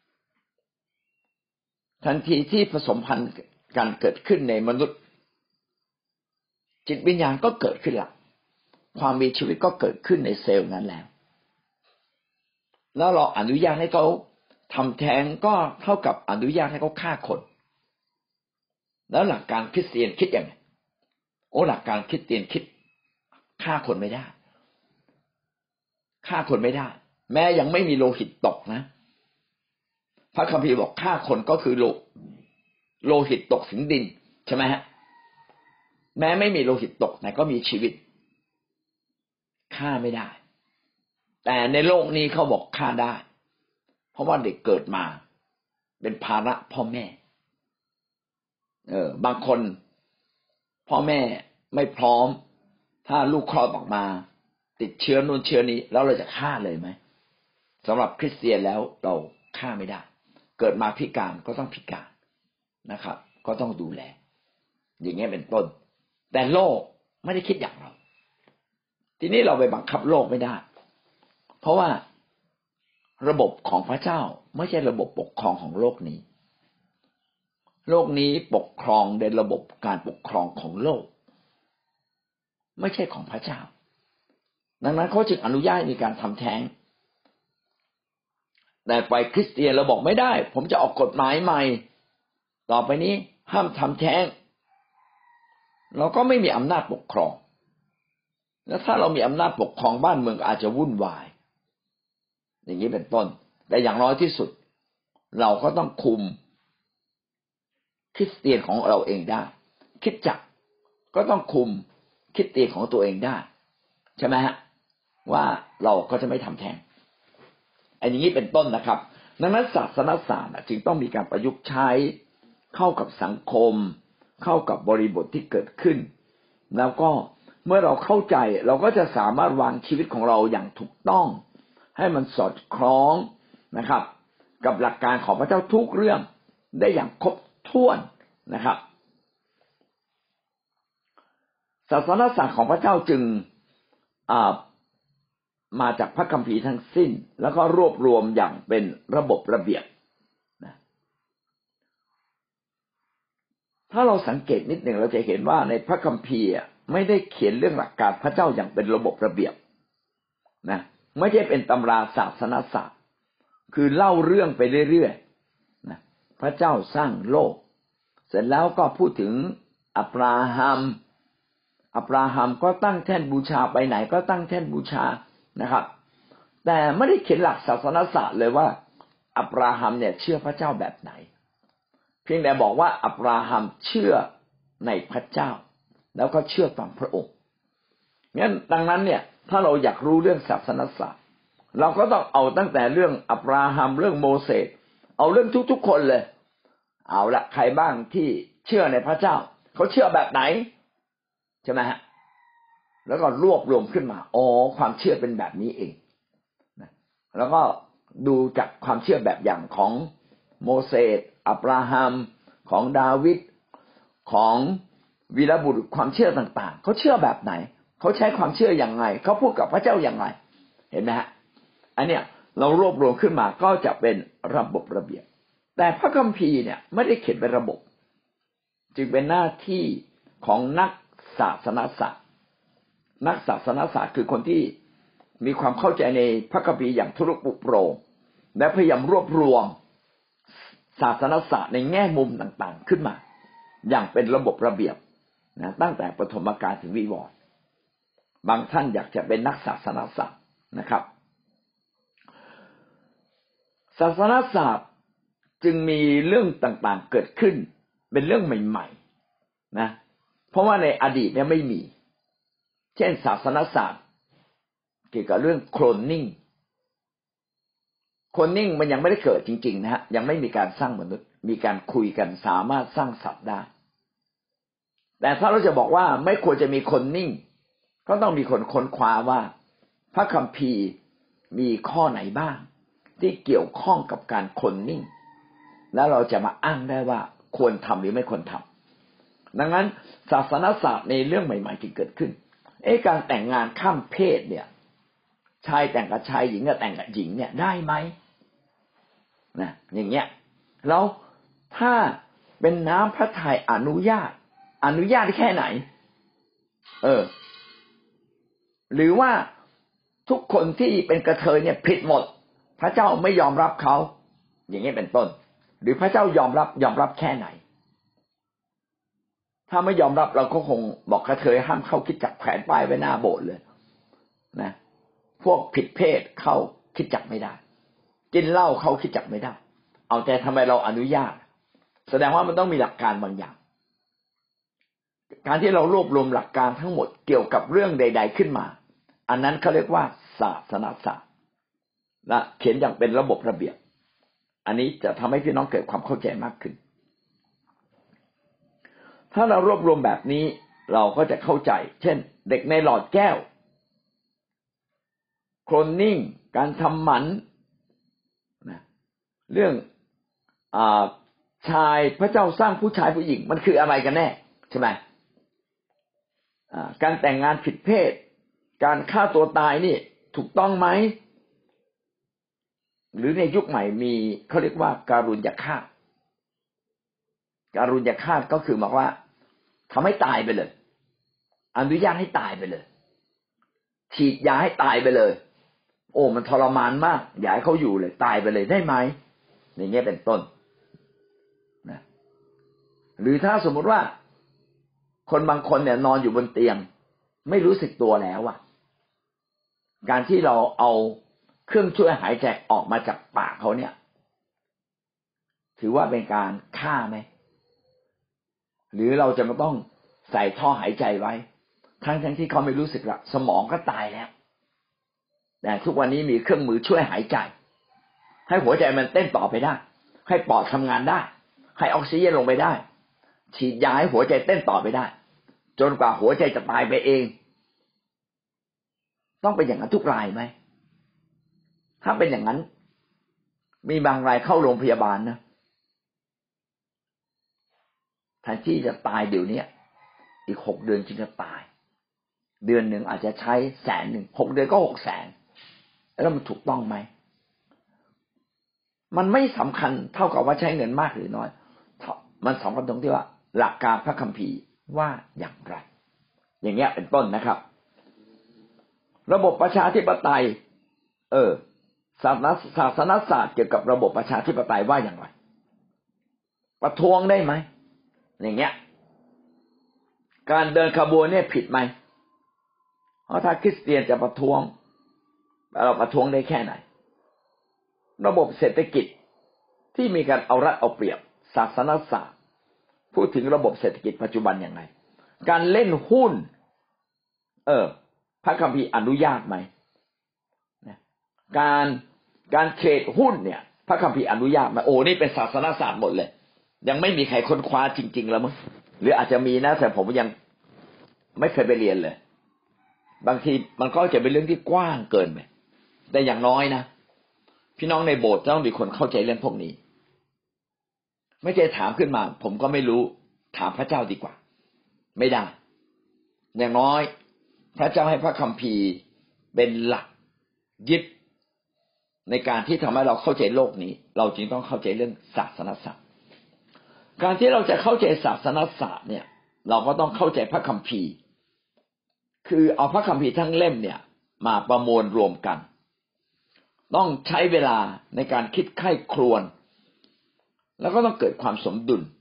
ทันทีที่ผสมพันธุ์กันเกิดขึ้นในมนุษย์จิตวิญญาณก็เกิดขึ้นละความมีชีวิตก็เกิดขึ้นในเซลล์นั้นแล้วเราอนุญาตให้เขาทำแท้งก็เท่ากับอนุญาตให้เขาฆ่าคนแล้วหลักการคริสเตียนคิดอย่างไรหลักการคริสเตียนคิดฆ่าคนไม่ได้ฆ่าคนไม่ได้แม้ยังไม่มีโลหิตตกนะพระคัมภีร์บอกฆ่าคนก็คือโลหิตตกถึงดินใช่ไหมฮะแม้ไม่มีโลหิตตกแต่ก็มีชีวิตฆ่าไม่ได้แต่ในโลกนี้เขาบอกฆ่าได้เพราะว่าเด็กเกิดมาเป็นภาระพ่อแม่บางคนพ่อแม่ไม่พร้อมถ้าลูกคลอดออกมาติดเชื้อนู่นเชื้อนี้แล้วเราจะฆ่าเลยไหมสำหรับคริสเตียนแล้วเราฆ่าไม่ได้เกิดมาพิการก็ต้องพิการนะครับก็ต้องดูแลอย่างเงี้ยเป็นต้นแต่โลกไม่ได้คิดอย่างเราทีนี้เราไปบังคับโลกไม่ได้เพราะว่าระบบของพระเจ้าไม่ใช่ระบบปกครองของโลกนี้โลกนี้ปกครองในระบบการปกครองของโลกไม่ใช่ของพระเจ้าดังนั้นเขาจึงอนุญาตมีการทำแท้งแต่ไปคริสเตียนเราบอกไม่ได้ผมจะออกกฎหมายใหม่ต่อไปนี้ห้ามทำแท้งเราก็ไม่มีอำนาจปกครองแล้วถ้าเรามีอำนาจปกครองบ้านเมืองอาจจะวุ่นวายอย่างนี้เป็นต้นแต่อย่างน้อยที่สุดเราก็ต้องคุมคริสเตียนของเราเองได้คริสตจักรก็ต้องคุมคริสเตียนของตัวเองได้ใช่ไหมฮะว่าเราก็จะไม่ทำแท้งอันนี้เป็นต้นนะครับดังนั้นศาสนศาสตร์จึงต้องมีการประยุกต์ใช้เข้ากับสังคมเข้ากับบริบทที่เกิดขึ้นแล้วก็เมื่อเราเข้าใจเราก็จะสามารถวางชีวิตของเราอย่างถูกต้องให้มันสอดคล้องนะครับกับหลักการของพระเจ้าทุกเรื่องได้อย่างครบถ้วนนะครับศาสนศาสตร์ของพระเจ้าจึงมาจากพระคัมภีร์ทั้งสิ้นแล้วก็รวบรวมอย่างเป็นระบบระเบียบนะถ้าเราสังเกตนิดหนึ่งเราจะเห็นว่าในพระคัมภีร์ไม่ได้เขียนเรื่องหลักการพระเจ้าอย่างเป็นระบบระเบียบนะไม่ใช่เป็นตำราศาสนศาสตร์คือเล่าเรื่องไปเรื่อยๆนะพระเจ้าสร้างโลกเสร็จแล้วก็พูดถึงอับราฮัมก็ตั้งแท่นบูชาไปไหนก็ตั้งแท่นบูชานะครับแต่ไม่ได้เขียนหลักศาสนศาสตร์เลยว่าอับราฮัมเนี่ยเชื่อพระเจ้าแบบไหนเพียงแต่บอกว่าอับราฮัมเชื่อในพระเจ้าแล้วก็เชื่อต่อพระองค์งั้นดังนั้นเนี่ยถ้าเราอยากรู้เรื่องศาสนศาสตร์เราก็ต้องเอาตั้งแต่เรื่องอับราฮัมเรื่องโมเสสเอาเรื่องทุกๆคนเลยเอาละใครบ้างที่เชื่อในพระเจ้าเขาเชื่อแบบไหนใช่ไหมฮะแล้วก็รวบรวมขึ้นมาความเชื่อเป็นแบบนี้เองนะแล้วก็ดูจากความเชื่อแบบอย่างของโมเสสอับราฮัมของดาวิดของวีรบุรุษความเชื่อต่างๆเขาเชื่อแบบไหนเขาใช้ความเชื่ออย่างไรเขาพูดกับพระเจ้าอย่างไรเห็นไหมฮะอันเนี้ยเรารวบรวมขึ้นมาก็จะเป็นระบบระเบียบแต่พระคัมภีร์เนี่ยไม่ได้เขียนเป็นระบบจึงเป็นหน้าที่ของนักศาสนศาสตร์นักศาสนศาสตร์คือคนที่มีความเข้าใจในพระคัมภีร์อย่างทะลุปรุโปร่งและพยายามรวบรวมศาสนศาสตร์ในแง่มุมต่างๆขึ้นมาอย่างเป็นระบบระเบียบนะตั้งแต่ปฐมกาลถึงวิวรณ์บางท่านอยากจะเป็นนักศาสนศาสตร์นะครับศาสนศาสตร์จึงมีเรื่องต่างๆเกิดขึ้นเป็นเรื่องใหม่ๆนะเพราะว่าในอดีตเนี่ยไม่มีเช่นศาสนศาสตร์เกี่ยวกับเรื่องโคลนนิ่งมันยังไม่ได้เกิดจริงๆนะฮะยังไม่มีการสร้างมนุษย์มีการคุยกันสามารถสร้างสัตว์ได้แต่ถ้าเราจะบอกว่าไม่ควรจะมีคนนิ่งก็ต้องมีคนค้นคว้าว่าพระคัมภีร์มีข้อไหนบ้างที่เกี่ยวข้องกับการคนนิ่งแล้วเราจะมาอ้างได้ว่าควรทำหรือไม่ควรทำดังนั้นศาสนศาสตร์ในเรื่องใหม่ๆที่เกิดขึ้นการแต่งงานข้ามเพศเนี่ยชายแต่งกับชายหญิงกับแต่งกับหญิงเนี่ยได้ไหมนะอย่างเงี้ยแล้วถ้าเป็นน้ำพระทัยอนุญาตแค่ไหนหรือว่าทุกคนที่เป็นกระเทยเนี่ยผิดหมดพระเจ้าไม่ยอมรับเขาอย่างนี้เป็นต้นหรือพระเจ้ายอมรับแค่ไหนถ้าไม่ยอมรับเราก็คงบอกกระเทยห้ามเข้าคริสตจักรแขวนป้ายไว้หน้าโบสถ์เลยนะพวกผิดเพศเข้าคริสตจักรไม่ได้กินเหล้าเข้าคริสตจักรไม่ได้เอาแต่ทำไมเราอนุญาตแสดงว่ามันต้องมีหลักการบางอย่างการที่เรารวบรวมหลักการทั้งหมดเกี่ยวกับเรื่องใดๆขึ้นมาอันนั้นเขาเรียกว่าศาสนศาสตร์และเขียนอย่างเป็นระบบระเบียบอันนี้จะทำให้พี่น้องเกิดความเข้าใจมากขึ้นถ้าเรารวบรวมแบบนี้เราก็จะเข้าใจเช่นเด็กในหลอดแก้วโคลนนิ่งการทำหมันนะเรื่องชายพระเจ้าสร้างผู้ชายผู้หญิงมันคืออะไรกันแน่ใช่ไหมการแต่งงานผิดเพศการฆ่าตัวตายนี่ถูกต้องไหมหรือในยุคใหม่มีเขาเรียกว่าการุญยฆาตก็คือหมายว่าทำให้ตายไปเลยอนุญาตให้ตายไปเลยฉีดยาให้ตายไปเลยมันทรมานมากอย่าให้เขาอยู่เลยตายไปเลยได้ไหมอย่างเงี้ยเป็นต้นนะหรือถ้าสมมติว่าคนบางคนเนี่ยนอนอยู่บนเตียงไม่รู้สึกตัวแล้วการที่เราเอาเครื่องช่วยหายใจออกมาจากปากเขาเนี่ยถือว่าเป็นการฆ่าไหมหรือเราจะมาต้องใส่ท่อหายใจไว้ทั้งที่เขาไม่รู้สึกละสมองก็ตายแล้วแต่ทุกวันนี้มีเครื่องมือช่วยหายใจให้หัวใจมันเต้นต่อไปได้ให้ปอดทำงานได้ให้ออกซิเจนลงไปได้ฉีดยาให้หัวใจเต้นต่อไปได้จนกว่าหัวใจจะตายไปเองต้องเป็นอย่างนั้นทุกรายไหมถ้าเป็นอย่างนั้นมีบางรายเข้าโรงพยาบาลนะแทนที่จะตายเดี๋ยวนี้อีก6 เดือนจึงจะตายเดือนหนึ่งอาจจะใช้100,000 6 เดือนก็600,000แล้วมันถูกต้องไหมมันไม่สำคัญเท่ากับว่าใช้เงินมากหรือน้อยมันสำคัญตรงที่ว่าหลักการพระคัมภีร์ว่าอย่างไรอย่างเงี้ยเป็นต้นนะครับระบบประชาธิปไตยศาสนศาสตร์เกี่ยวกับระบบประชาธิปไตยว่าอย่างไรประท้วงได้ไหมอย่างเงี้ยการเดินขบวนเนี่ยผิดไหมเพราะถ้าคริสเตียนจะประท้วงเราประท้วงได้แค่ไหนระบบเศรษฐกิจที่มีการเอารัดเอาเปรียบศาสนศาสตร์พูดถึงระบบเศรษฐกิจปัจจุบันอย่างไรการเล่นหุ้นพระคัมภีร์อนุญาตไหมการเทรดหุ้นเนี่ยพระคัมภีร์อนุญาตไหมโอ้นี่เป็นศาสนศาสตร์หมดเลยยังไม่มีใครค้นคว้าจริงๆแล้วมั้งหรืออาจจะมีนะแต่ผมยังไม่เคยไปเรียนเลยบางทีมันก็จะเป็นเรื่องที่กว้างเกินไปแต่อย่างน้อยนะพี่น้องในโบสถ์ต้องมีคนเข้าใจเรื่องพวกนี้ไม่ใช่ถามขึ้นมาผมก็ไม่รู้ถามพระเจ้าดีกว่าไม่ได้อย่างน้อยพระเจ้าให้พระคัมภีร์เป็นหลักยึดในการที่ทำให้เราเข้าใจโลกนี้เราจึงต้องเข้าใจเรื่องศาสนศาสตร์การที่เราจะเข้าใจศาสนศาสตร์เนี่ยเราก็ต้องเข้าใจพระคัมภีร์คือเอาพระคัมภีร์ทั้งเล่มเนี่ยมาประมวลรวมกันต้องใช้เวลาในการคิดไข้ครวญแล้วก็ต้องเกิดความสมดุล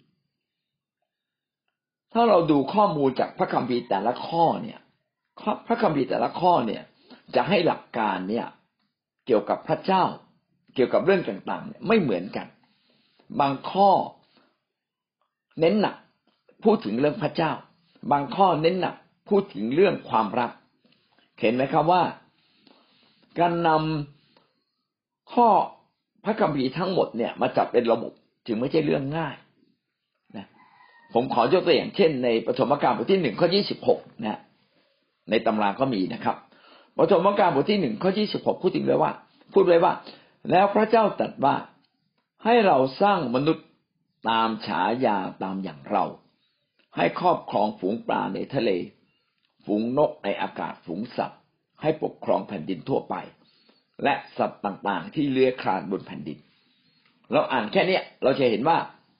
ถ้าเราดูข้อมูลจากพระคัมภีร์แต่ละข้อเนี่ยพระคัมภีร์แต่ละข้อเนี่ยจะให้หลักการเนี่ยเกี่ยวกับพระเจ้าเกี่ยวกับเรื่องต่างๆเนี่ยไม่เหมือนกันบางข้อเน้นหนักพูดถึงเรื่องพระเจ้าบางข้อเน้นหนักพูดถึงเรื่องความรักเห็นไหมครับว่าการนำข้อพระคัมภีร์ทั้งหมดเนี่ยมาจับเป็นระบบจึงไม่ใช่เรื่องง่ายนะผมขอยกตัวอย่างเช่นในปฐมกาลบทที่1ข้อ26นะในตำราก็มีนะครับปฐมกาลบทที่1ข้อ26พูดไว้ว่าแล้วพระเจ้าตรัสว่าให้เราสร้างมนุษย์ตามฉายาตามอย่างเราให้ครอบครองฝูงปลาในทะเลฝูงนกในอากาศฝูงสัตว์ให้ปกครองแผ่นดินทั่วไปและสัตว์ต่างๆที่เลื้อยคลานบนแผ่นดินเราอ่านแค่นี้เราจะเห็นว่า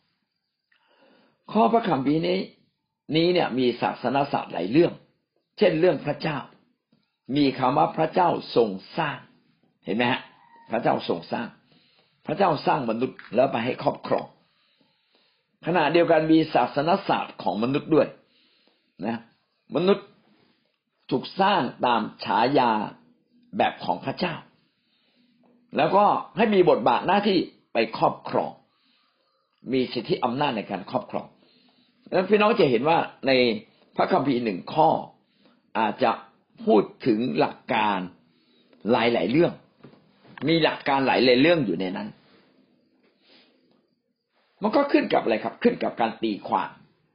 ข้อพระคัมภีร์นี้เนี่ยมีศาสนศาสตร์หลายเรื่องเช่นเรื่องพระเจ้ามีคำว่าพระเจ้าทรงสร้างเห็นไหมฮะพระเจ้าทรงสร้างพระเจ้าสร้างมนุษย์แล้วไปให้ครอบครองขณะเดียวกันมีศาสนศาสตร์ของมนุษย์ด้วยนะมนุษย์ถูกสร้างตามฉายาแบบของพระเจ้าแล้วก็ให้มีบทบาทหน้าที่ไปครอบครองมีสิทธิอำนาจในการครอบครองแล้วพี่น้องจะเห็นว่าในพระคัมภีร์1ข้ออาจจะพูดถึงหลักการหลายๆเรื่องมีหลักการหลายๆเรื่องอยู่ในนั้นมันก็ขึ้นกับอะไรครับขึ้นกับการตีความ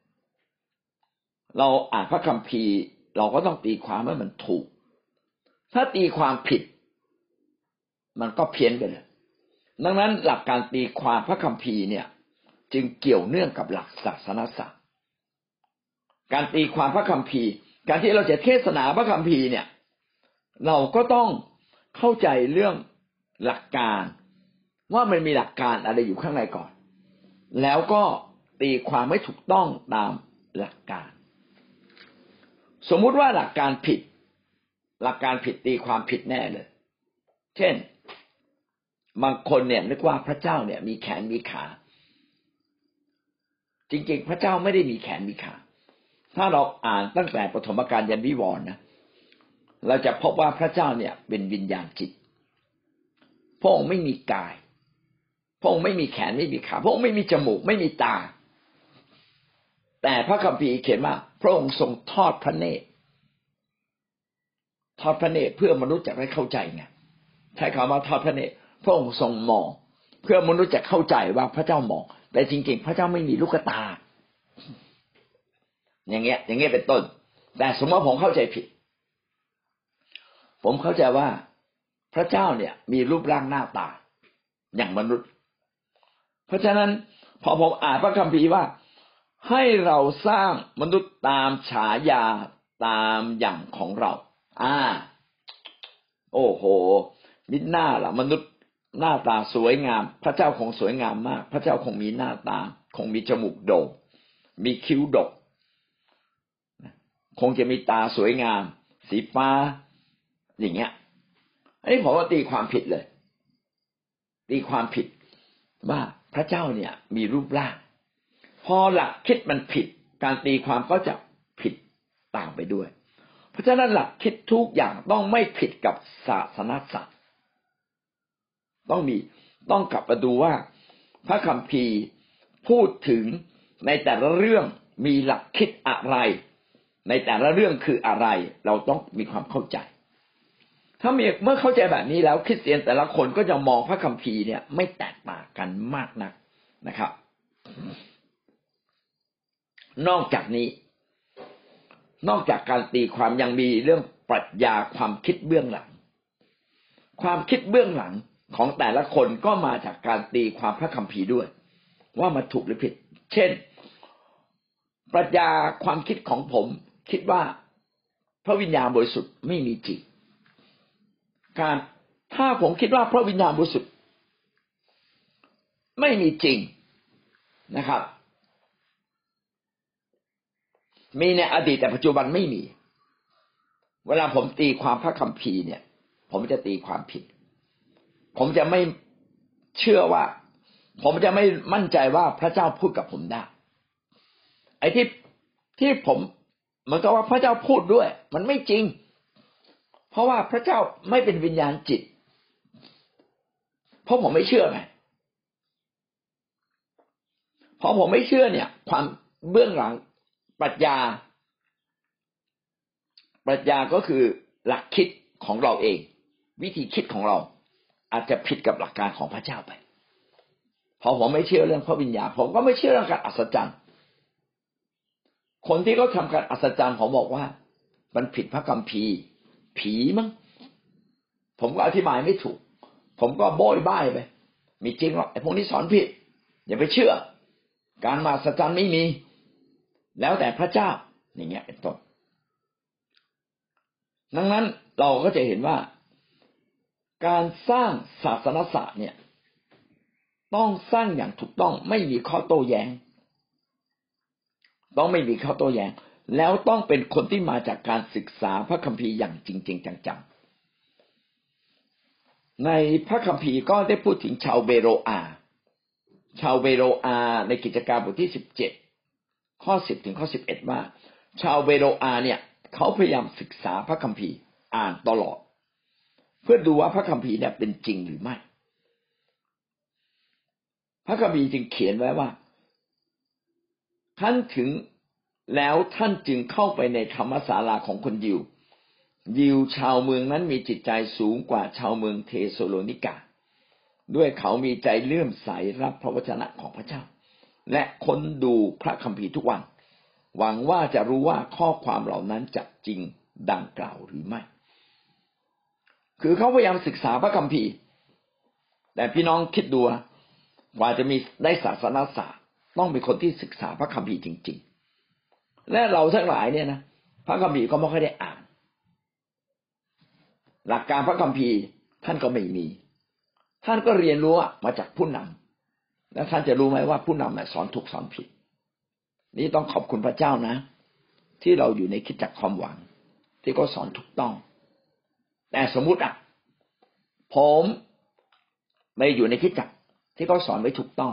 เราอ่านพระคัมภีร์เราก็ต้องตีความให้มันถูกถ้าตีความผิดมันก็เพี้ยนไปเลยดังนั้นหลักการตีความพระคัมภีร์เนี่ยจึงเกี่ยวเนื่องกับหลักศาสนศาสตร์การตีความพระคัมภีร์การที่เราจะเทศนาพระคัมภีร์เนี่ยเราก็ต้องเข้าใจเรื่องหลักการว่ามันมีหลักการอะไรอยู่ข้างในก่อนแล้วก็ตีความให้ถูกต้องตามหลักการสมมุติว่าหลักการผิดตีความผิดแน่เลยเช่นบางคนเนี่ยนึกว่าพระเจ้าเนี่ยมีแขนมีขาจริงๆพระเจ้าไม่ได้มีแขนมีขาถ้าเราอ่านตั้งแต่ปฐมกาลยันวิวรณ์นะเราจะพบว่าพระเจ้าเนี่ยเป็นวิญญาณจิตระองค์ไม่มีกายพระองค์ไม่มีแขนไม่มีขาพระองค์ไม่มีจมูกไม่มีตาแต่พระคัมภีร์เขียนว่าพระองค์ทรงทอดพระเนตรเพื่อมนุษย์จะได้เข้าใจไงใช้คำว่าทอดพระเนตรพระองค์ทรงมองเพื่อมนุษย์จะเข้าใจว่าพระเจ้ามองแต่จริงๆพระเจ้าไม่มีลูกตาอย่างเงี้ยเป็นต้นแต่สมมติว่าผมเข้าใจผิดผมเข้าใจว่าพระเจ้าเนี่ยมีรูปร่างหน้าตาอย่างมนุษย์เพราะฉะนั้นพอผมอ่านพระคัมภีร์ว่าให้เราสร้างมนุษย์ตามฉายาตามอย่างของเราโอ้โหมิน่าล่ะมนุษย์หน้าตาสวยงามพระเจ้าคงสวยงามมากพระเจ้าคงมีหน้าตาคงมีจมูกโด่งมีคิ้วดกคงจะมีตาสวยงามสีฟ้าอย่างเงี้ยอันนี้ผมว่าตีความผิดเลยตีความผิดว่าพระเจ้าเนี่ยมีรูปร่างพอหลักคิดมันผิดการตีความก็จะผิดตามไปด้วยเพราะฉะนั้นหลักคิดทุกอย่างต้องไม่ผิดกับศาสนศาสตร์ต้องกลับมาดูว่าพระคัมภีร์พูดถึงในแต่ละเรื่องมีหลักคิดอะไรในแต่ละเรื่องคืออะไรเราต้องมีความเข้าใจถ้าเมื่อเข้าใจแบบนี้แล้วคริสเตียนแต่ละคนก็จะมองพระคัมภีร์เนี่ยไม่แตกต่างกันมากนักนะครับนอกจากการตีความยังมีเรื่องปรัชญาความคิดเบื้องหลังความคิดเบื้องหลังของแต่ละคนก็มาจากการตีความพระคัมภีร์ด้วยว่ามันถูกหรือผิดเช่นปรัชญาความคิดของผมคิดว่าพระวิญญาณบริสุทธิ์ไม่มีจริงถ้าผมคิดว่าพระวิญญาณบริสุทธิ์ไม่มีจริงนะครับมีในอดีตแต่ปัจจุบันไม่มีเวลาผมตีความพระคัมภีร์เนี่ยผมจะตีความผิดผมจะไม่เชื่อว่าผมจะไม่มั่นใจว่าพระเจ้าพูดกับผมได้ไอ้ที่ผมเหมือนกับว่าพระเจ้าพูดด้วยมันไม่จริงเพราะว่าพระเจ้าไม่เป็นวิญญาณจิตเพราะผมไม่เชื่อไงพอผมไม่เชื่อเนี่ยความเบื้องหลังปรัชญาก็คือหลักคิดของเราเองวิธีคิดของเราอาจจะผิดกับหลักการของพระเจ้าไปพอผมไม่เชื่อเรื่องพระวิญญาณผมก็ไม่เชื่อเรื่องการอัศจรรย์คนที่เขาทำการอัศจรรย์ผมบอกว่ามันผิดพระคัมภีร์ผีมั้งผมก็อธิบายไม่ถูกผมก็โบยบ้ายไปมีจริงหรอกไอ้พวกนี้สอนผิดอย่าไปเชื่อการมาอัศจรรย์ไม่มีแล้วแต่พระเจ้าอย่างเงี้ยเป็นต้นดังนั้นเราก็จะเห็นว่าการสร้างศาสนศาสตร์เนี่ยต้องสร้างอย่างถูกต้องไม่มีข้อโต้แย้งต้องไม่มีข้อโต้แย้งแล้วต้องเป็นคนที่มาจากการศึกษาพระคัมภีร์อย่างจริงๆจังๆในพระคัมภีร์ก็ได้พูดถึงชาวเบโรอาในกิจการบทที่17ข้อ10ถึงข้อ11ว่าชาวเบโรอาเนี่ยเขาพยายามศึกษาพระคัมภีร์อ่านตลอดเพื่อดูว่าพระคัมภีร์เนี่ยเป็นจริงหรือไม่พระคัมภีร์จึงเขียนไว้ว่าท่านถึงแล้วท่านจึงเข้าไปในธรรมศาลาของคนยิวชาวเมืองนั้นมีจิตใจสูงกว่าชาวเมืองเทสโลนิกาด้วยเขามีใจเลื่อมใสรับพระวจนะของพระเจ้าและค้นดูพระคัมภีร์ทุกวันหวังว่าจะรู้ว่าข้อความเหล่านั้นจะจริงดังกล่าวหรือไม่คือเขาพยายามศึกษาพระคัมภีร์แต่พี่น้องคิดดูว่าจะมีได้ศาสนศาสตร์ต้องเป็นคนที่ศึกษาพระคัมภีร์จริงๆและเราทั้งหลายเนี่ยนะพระคัมภีร์ก็ไม่ค่อยได้อ่านหลักการพระคัมภีร์ท่านก็ไม่มีท่านก็เรียนรู้มาจากผู้นำแล้วท่านจะรู้ไหมว่าผู้นำสอนถูกสอนผิดนี่ต้องขอบคุณพระเจ้านะที่เราอยู่ในคริสตจักรความหวังที่เขาสอนถูกต้องแต่สมมุติผมไม่อยู่ในคริสตจักรที่เขาสอนไม่ถูกต้อง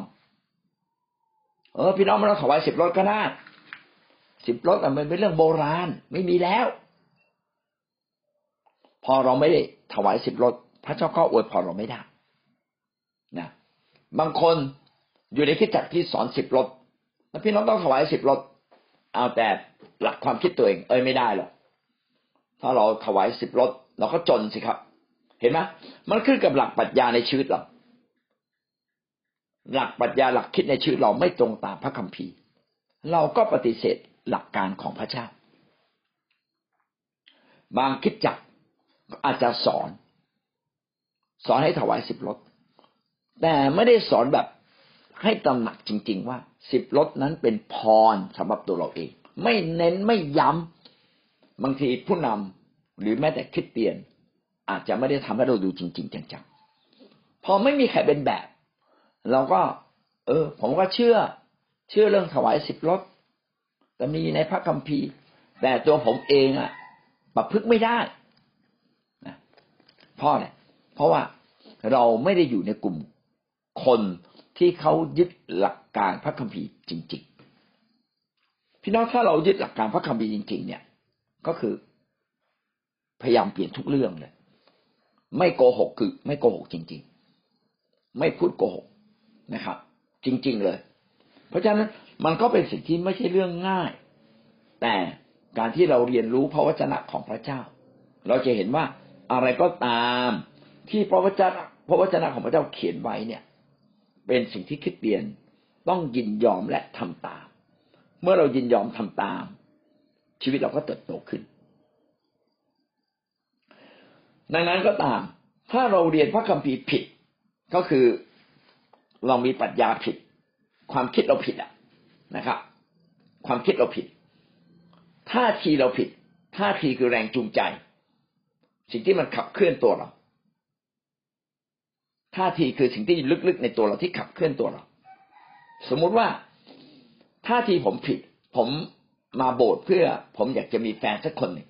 พี่น้องมาเราถวาย10 รถก็ได้10 รถมันเป็นเรื่องโบราณไม่มีแล้วพอเราไม่ได้ถวาย10 รถพระเจ้าก็อวยพรเราไม่ได้บางคนอยู่ในคริสตจักรที่สอน10 รสแล้วพี่น้องต้องถวาย10 รสเอาแต่หลักความคิดตัวเองไม่ได้หรอกถ้าเราถวาย10 รสเราก็จนสิครับเห็นไหมมันขึ้นกับหลักปรัชญาในชีวิตเราหลักปรัชญาหลักคิดในชีวิตเราไม่ตรงตามพระคัมภีร์เราก็ปฏิเสธหลักการของพระเจ้าบางคริสตจักรอาจจะสอนให้ถวาย10 รสแต่ไม่ได้สอนแบบให้ตระหนักจริงๆว่า10 รสนั้นเป็นพรสำหรับตัวเราเองไม่เน้นไม่ย้ำบางทีผู้นำหรือแม้แต่คริสเตียนอาจจะไม่ได้ทำให้เราดูจริงๆจังๆพอไม่มีใครเป็นแบบเราก็ผมก็เชื่อเรื่องถวาย10 รสแต่มีในพระคัมภีร์แต่ตัวผมเองประพฤติไม่ได้นะเพราะอะไรเพราะว่าเราไม่ได้อยู่ในกลุ่มคนที่เขายึดหลักการพระคัมภีร์จริงๆพี่น้องถ้าเรายึดหลักการพระคัมภีร์จริงๆเนี่ยก็คือพยายามเปลี่ยนทุกเรื่องเลยไม่โกหกคือไม่โกหกจริงๆไม่พูดโกหกนะครับจริงๆเลยเพราะฉะนั้นมันก็เป็นสิ่งที่ไม่ใช่เรื่องง่ายแต่การที่เราเรียนรู้พระวจนะของพระเจ้าเราจะเห็นว่าอะไรก็ตามที่พระวจนะของพระเจ้าเขียนไว้เนี่ยเป็นสิ่งที่คริสเตียนต้องยินยอมและทำตามเมื่อเรายินยอมทำตามชีวิตเราก็เติบโตขึ้นดังนั้นก็ตามถ้าเราเรียนพระคัมภีร์ผิดก็คือเรามีปรัชญาผิดความคิดเราผิดนะครับความคิดเราผิดท่าทีเราผิดท่าทีคือแรงจูงใจสิ่งที่มันขับเคลื่อนตัวเราท่าทีคือสิ่งที่ลึกๆในตัวเราที่ขับเคลื่อนตัวเราสมมุติว่าท่าทีผมผิดผมมาโบสถ์เพื่อผมอยากจะมีแฟนสักคนหนึ่ง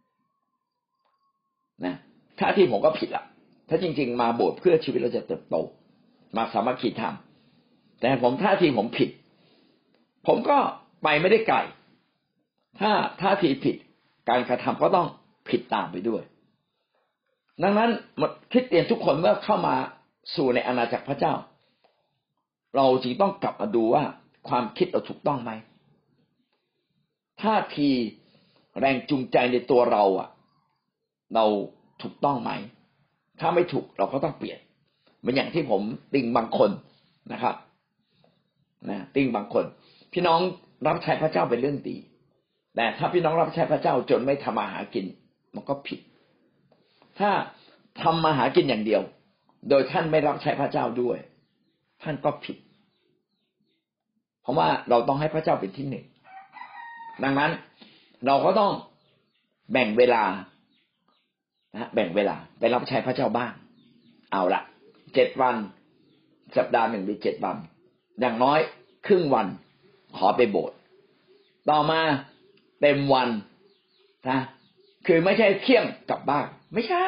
นะท่าทีผมก็ผิดถ้าจริงๆมาโบสถ์เพื่อชีวิตเราจะเติบโตมาสามัคคีธรรมแต่ผมท่าทีผมผิดผมก็ไปไม่ได้ไกลถ้าท่าทีผิดการกระทำก็ต้องผิดตามไปด้วยดังนั้นคริสเตียนทุกคนเมื่อเข้ามาสู่ในอาณาจักรพระเจ้าเราจึงต้องกลับมาดูว่าความคิดเราถูกต้องไหมท่าทีแรงจูงใจในตัวเราเราถูกต้องไหมถ้าไม่ถูกเราก็ต้องเปลี่ยนเหมือนอย่างที่ผมติงบางคนนะครับติงบางคนพี่น้องรับใช้พระเจ้าเป็นเรื่องดีแต่ถ้าพี่น้องรับใช้พระเจ้าจนไม่ทำมาหากินมันก็ผิดถ้าทำมาหากินอย่างเดียวโดยท่านไม่รับใช้พระเจ้าด้วยท่านก็ผิดเพราะว่าเราต้องให้พระเจ้าเป็นที่หนึ่งดังนั้นเราก็ต้องแบ่งเวลาแบ่งเวลาไปรับใช้พระเจ้าบ้างเอาละ7 วันสัปดาห์หนึ่งมี7 วันอย่างน้อยครึ่งวันขอไปโบสถ์ต่อมาเต็มวันคือไม่ใช่เที่ยงกลับบ้านไม่ใช่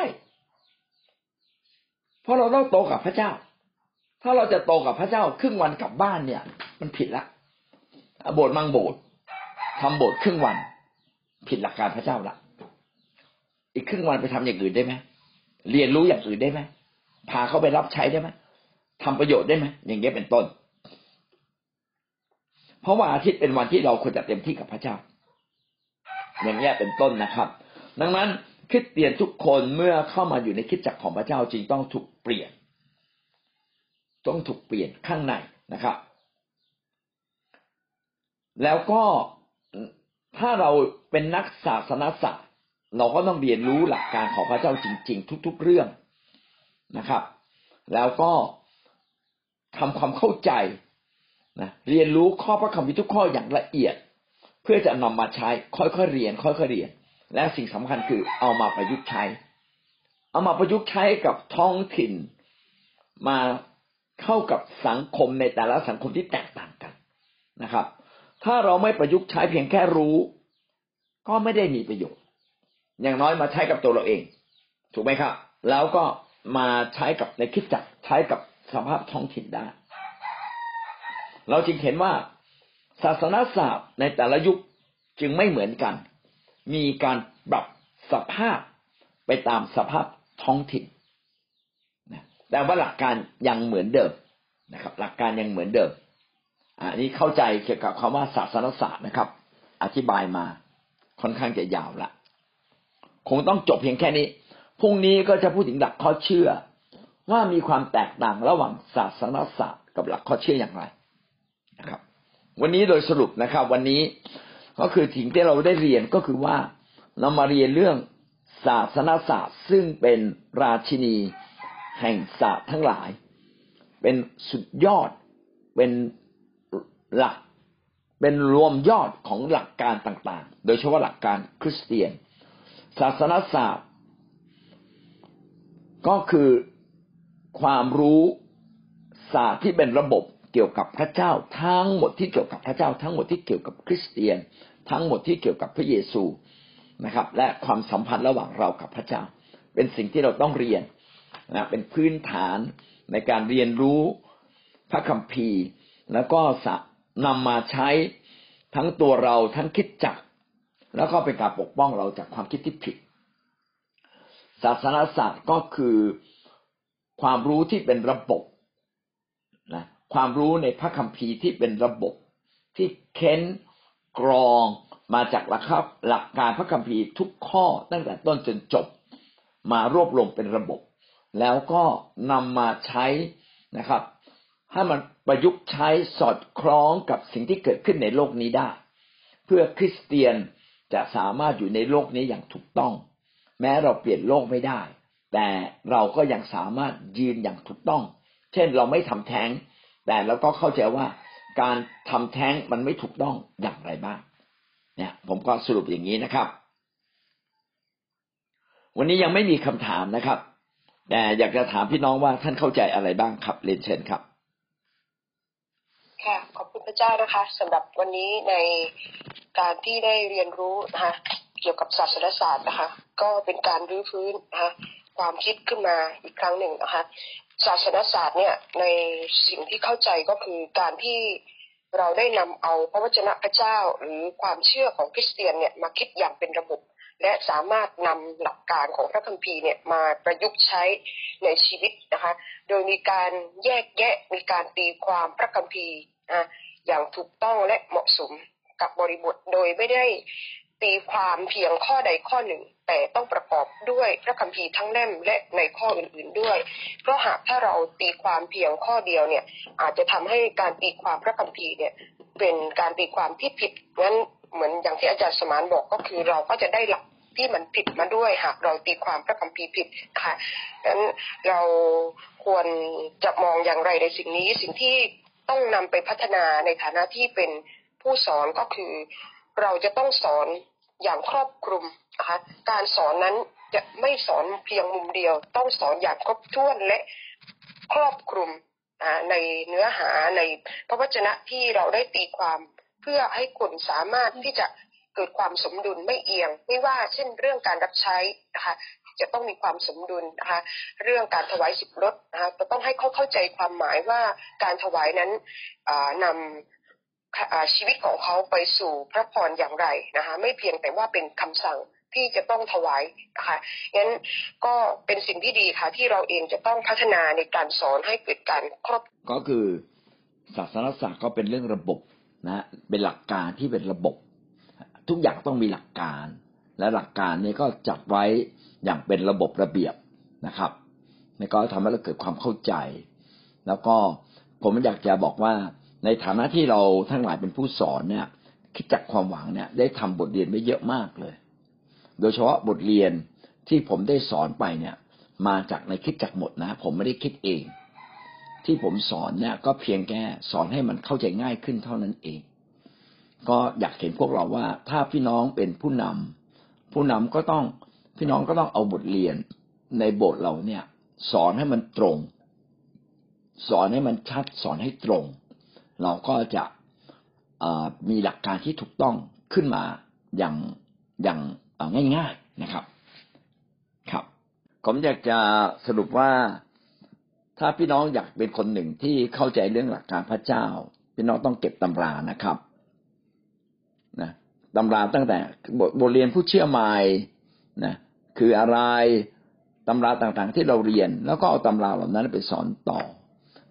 เพราะเราต้องโตกับพระเจ้าถ้าเราจะโตกับพระเจ้าครึ่งวันกลับบ้านเนี่ยมันผิดละโบสถ์มั่งโบสถ์ทำโบสถ์ครึ่งวันผิดหลักการพระเจ้าละอีกครึ่งวันไปทำอย่างอื่นได้ไหมเรียนรู้อย่างอื่นได้ไหมพาเขาไปรับใช้ได้ไหมทำประโยชน์ได้ไหมอย่างนี้เป็นต้นเพราะว่าอาทิตย์เป็นวันที่เราควรจะเต็มที่กับพระเจ้าอย่างนี้เป็นต้นนะครับดังนั้นคริสเตียนทุกคนเมื่อเข้ามาอยู่ในคริสตจักรของพระเจ้าจริงต้องถูกเปลี่ยนข้างในนะครับแล้วก็ถ้าเราเป็นนักศาสนศาสตร์เราก็ต้องเรียนรู้หลักการของพระเจ้าจริงๆทุกๆเรื่องนะครับแล้วก็ทำความเข้าใจเรียนรู้ข้อพระคัมภีร์ทุกข้ออย่างละเอียดเพื่อจะนำมาใช้ค่อยๆเรียนและสิ่งสำคัญคือเอามาประยุกต์ใช้กับท้องถิ่นมาเข้ากับสังคมในแต่ละสังคมที่แตกต่างกันนะครับถ้าเราไม่ประยุกต์ใช้เพียงแค่รู้ก็ไม่ได้มีประโยชน์อย่างน้อยมาใช้กับตัวเราเองถูกไหมครับแล้วก็มาใช้กับในคริสตจักรใช้กับสภาพท้องถิ่นได้เราจึงเห็นว่าศาสนศาสตร์ในแต่ละยุคจึงไม่เหมือนกันมีการปรับสภาพไปตามสภาพท้องถิ่นแต่ว่าหลักการยังเหมือนเดิมนะครับหลักการยังเหมือนเดิมอันนี้เข้าใจเกี่ยวกับคำว่าศาสนศาสตร์นะครับอธิบายมาค่อนข้างจะยาวละคงต้องจบเพียงแค่นี้พรุ่งนี้ก็จะพูดถึงหลักข้อเชื่อว่ามีความแตกต่างระหว่างศาสนศาสตร์กับหลักข้อเชื่ออย่างไรนะครับวันนี้โดยสรุปนะครับวันนี้ก็คือสิ่งที่เราได้เรียนก็คือว่าเรามาเรียนเรื่องศาสนศาสตร์ซึ่งเป็นราชินีแห่งศาสตร์ทั้งหลายเป็นสุดยอดเป็นหลักเป็นรวมยอดของหลักการต่างๆโดยเฉพาะหลักการคริสเตียนศาสนศาสตร์ก็คือความรู้ศาสตร์ที่เป็นระบบเกี่ยวกับพระเจ้าทั้งหมดที่เกี่ยวกับพระเจ้าทั้งหมดที่เกี่ยวกับคริสเตียนทั้งหมดที่เกี่ยวกับพระเยซูนะครับและความสัมพันธ์ระหว่างเรากับพระเจ้าเป็นสิ่งที่เราต้องเรียนนะเป็นพื้นฐานในการเรียนรู้พระคัมภีร์แล้วก็นำมาใช้ทั้งตัวเราทั้งคริสตจักรแล้วก็เป็นการปกป้องเราจากความคิดที่ผิดศาสนศาสตร์ก็คือความรู้ที่เป็นระบบนะความรู้ในพระคัมภีร์ที่เป็นระบบที่เค้นกรองมาจากหลักการพระคัมภีร์ทุกข้อตั้งแต่ต้นจนจบมารวบรวมเป็นระบบแล้วก็นำมาใช้นะครับให้มันประยุกต์ใช้สอดคล้องกับสิ่งที่เกิดขึ้นในโลกนี้ได้เพื่อคริสเตียนจะสามารถอยู่ในโลกนี้อย่างถูกต้องแม้เราเปลี่ยนโลกไม่ได้แต่เราก็ยังสามารถยืนอย่างถูกต้องเช่นเราไม่ทำแท้งแต่เราก็เข้าใจว่าการทำแท้งมันไม่ถูกต้องอย่างไรบ้างเนี่ยผมก็สรุปอย่างนี้นะครับวันนี้ยังไม่มีคำถามนะครับแต่อยากจะถามพี่น้องว่าท่านเข้าใจอะไรบ้างครับเรียนเชิญครับค่ะขอบคุณพระเจ้านะคะสำหรับวันนี้ในการที่ได้เรียนรู้นะคะเกี่ยวกับศาสนศาสตร์นะคะก็เป็นการรื้อฟื้นนะคะความคิดขึ้นมาอีกครั้งหนึ่งนะคะศาสนศาสตร์เนี่ยในสิ่งที่เข้าใจก็คือการที่เราได้นำเอาพระวจนะพระเจ้าหรือความเชื่อของคริสเตียนเนี่ยมาคิดอย่างเป็นระบบและสามารถนำหลักการของพระคัมภีร์เนี่ยมาประยุกต์ใช้ในชีวิตนะคะโดยมีการแยกแยะมีการตีความพระคัมภีร์อย่างถูกต้องและเหมาะสมกับบริบทโดยไม่ได้ตีความเพียงข้อใดข้อหนึ่งแต่ต้องประกอบด้วยพระคัมภีร์ทั้งเล่มและในข้ออื่นๆด้วยเพราะหากถ้าเราตีความเพียงข้อเดียวเนี่ยอาจจะทำให้การตีความพระคัมภีร์เนี่ยเป็นการตีความที่ผิดงั้นเหมือนอย่างที่อาจารย์สมานบอกก็คือเราก็จะได้หลักที่มันผิดมาด้วยหากเราตีความพระคัมภีร์ผิดค่ะงั้นเราควรจะมองอย่างไรในสิ่งนี้สิ่งที่ต้องนำไปพัฒนาในฐานะที่เป็นผู้สอนก็คือเราจะต้องสอนอย่างครอบคลุมนะคะการสอนนั้นจะไม่สอนเพียงมุมเดียวต้องสอนอย่างครบถ้วนและครอบคลุมในเนื้อหาในพระวจนะที่เราได้ตีความเพื่อให้คนสามารถที่จะเกิดความสมดุลไม่เอียงไม่ว่าเช่นเรื่องการรับใช้นะคะจะต้องมีความสมดุลนะคะเรื่องการถวาย10 ลดนะคะจะต้องให้เขาเข้าใจความหมายว่าการถวายนั้นนำชีวิตของเขาไปสู่พระพรอย่างไรนะคะไม่เพียงแต่ว่าเป็นคำสั่งที่จะต้องถวายนะคะงั้นก็เป็นสิ่งที่ดีค่ะที่เราเองจะต้องพัฒนาในการสอนให้เกิดการครอบก็คือศาสนศาสตร์ก็เป็นเรื่องระบบนะเป็นหลักการที่เป็นระบบทุกอย่างต้องมีหลักการและหลักการนี้ก็จัดไว้อย่างเป็นระบบระเบียบนะครับนี่ก็ทำให้เราเกิดความเข้าใจแล้วก็ผมอยากจะบอกว่าในฐานะที่เราทั้งหลายเป็นผู้สอนเนี่ยคิดจักความหวังเนี่ยได้ทำบทเรียนไว้เยอะมากเลยโดยเฉพาะบทเรียนที่ผมได้สอนไปเนี่ยมาจากในคิดจักหมดนะผมไม่ได้คิดเองที่ผมสอนเนี่ยก็เพียงแค่สอนให้มันเข้าใจง่ายขึ้นเท่านั้นเองก็อยากเห็นพวกเราว่าถ้าพี่น้องเป็นผู้นำก็ต้องพี่น้องก็ต้องเอาบทเรียนในโบสถ์เราเนี่ยสอนให้มันตรงสอนให้มันชัดสอนให้ตรงเราก็จะมีหลักการที่ถูกต้องขึ้นมาอย่างง่ายๆนะครับครับผมอยากจะสรุปว่าถ้าพี่น้องอยากเป็นคนหนึ่งที่เข้าใจเรื่องหลักการพระเจ้าพี่น้องต้องเก็บตำรานะครับนะตำราตั้งแต่บทเรียนผู้เชื่อใหม่นะคืออะไรตำราต่างๆที่เราเรียนแล้วก็เอาตำราเหล่านั้นไปสอนต่อ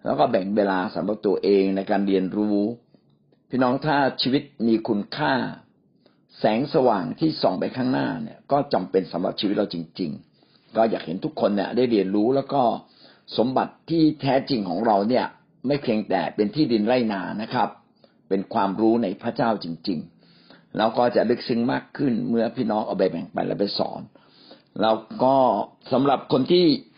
แล้วก็แบ่งเวลาสำหรับตัวเองในการเรียนรู้พี่น้องถ้าชีวิตมีคุณค่าแสงสว่างที่ส่องไปข้างหน้าเนี่ยก็จำเป็นสำหรับชีวิตเราจริงๆก็อยากเห็นทุกคนเนี่ยได้เรียนรู้แล้วก็สมบัติที่แท้จริงของเราเนี่ยไม่เพียงแต่เป็นที่ดินไร่นานะครับเป็นความรู้ในพระเจ้าจริงๆแล้วก็จะลึกซึ้งมากขึ้นเมื่อพี่น้องเอาไปแบ่งปันและไปสอนแล้วก็สำหรับคนที่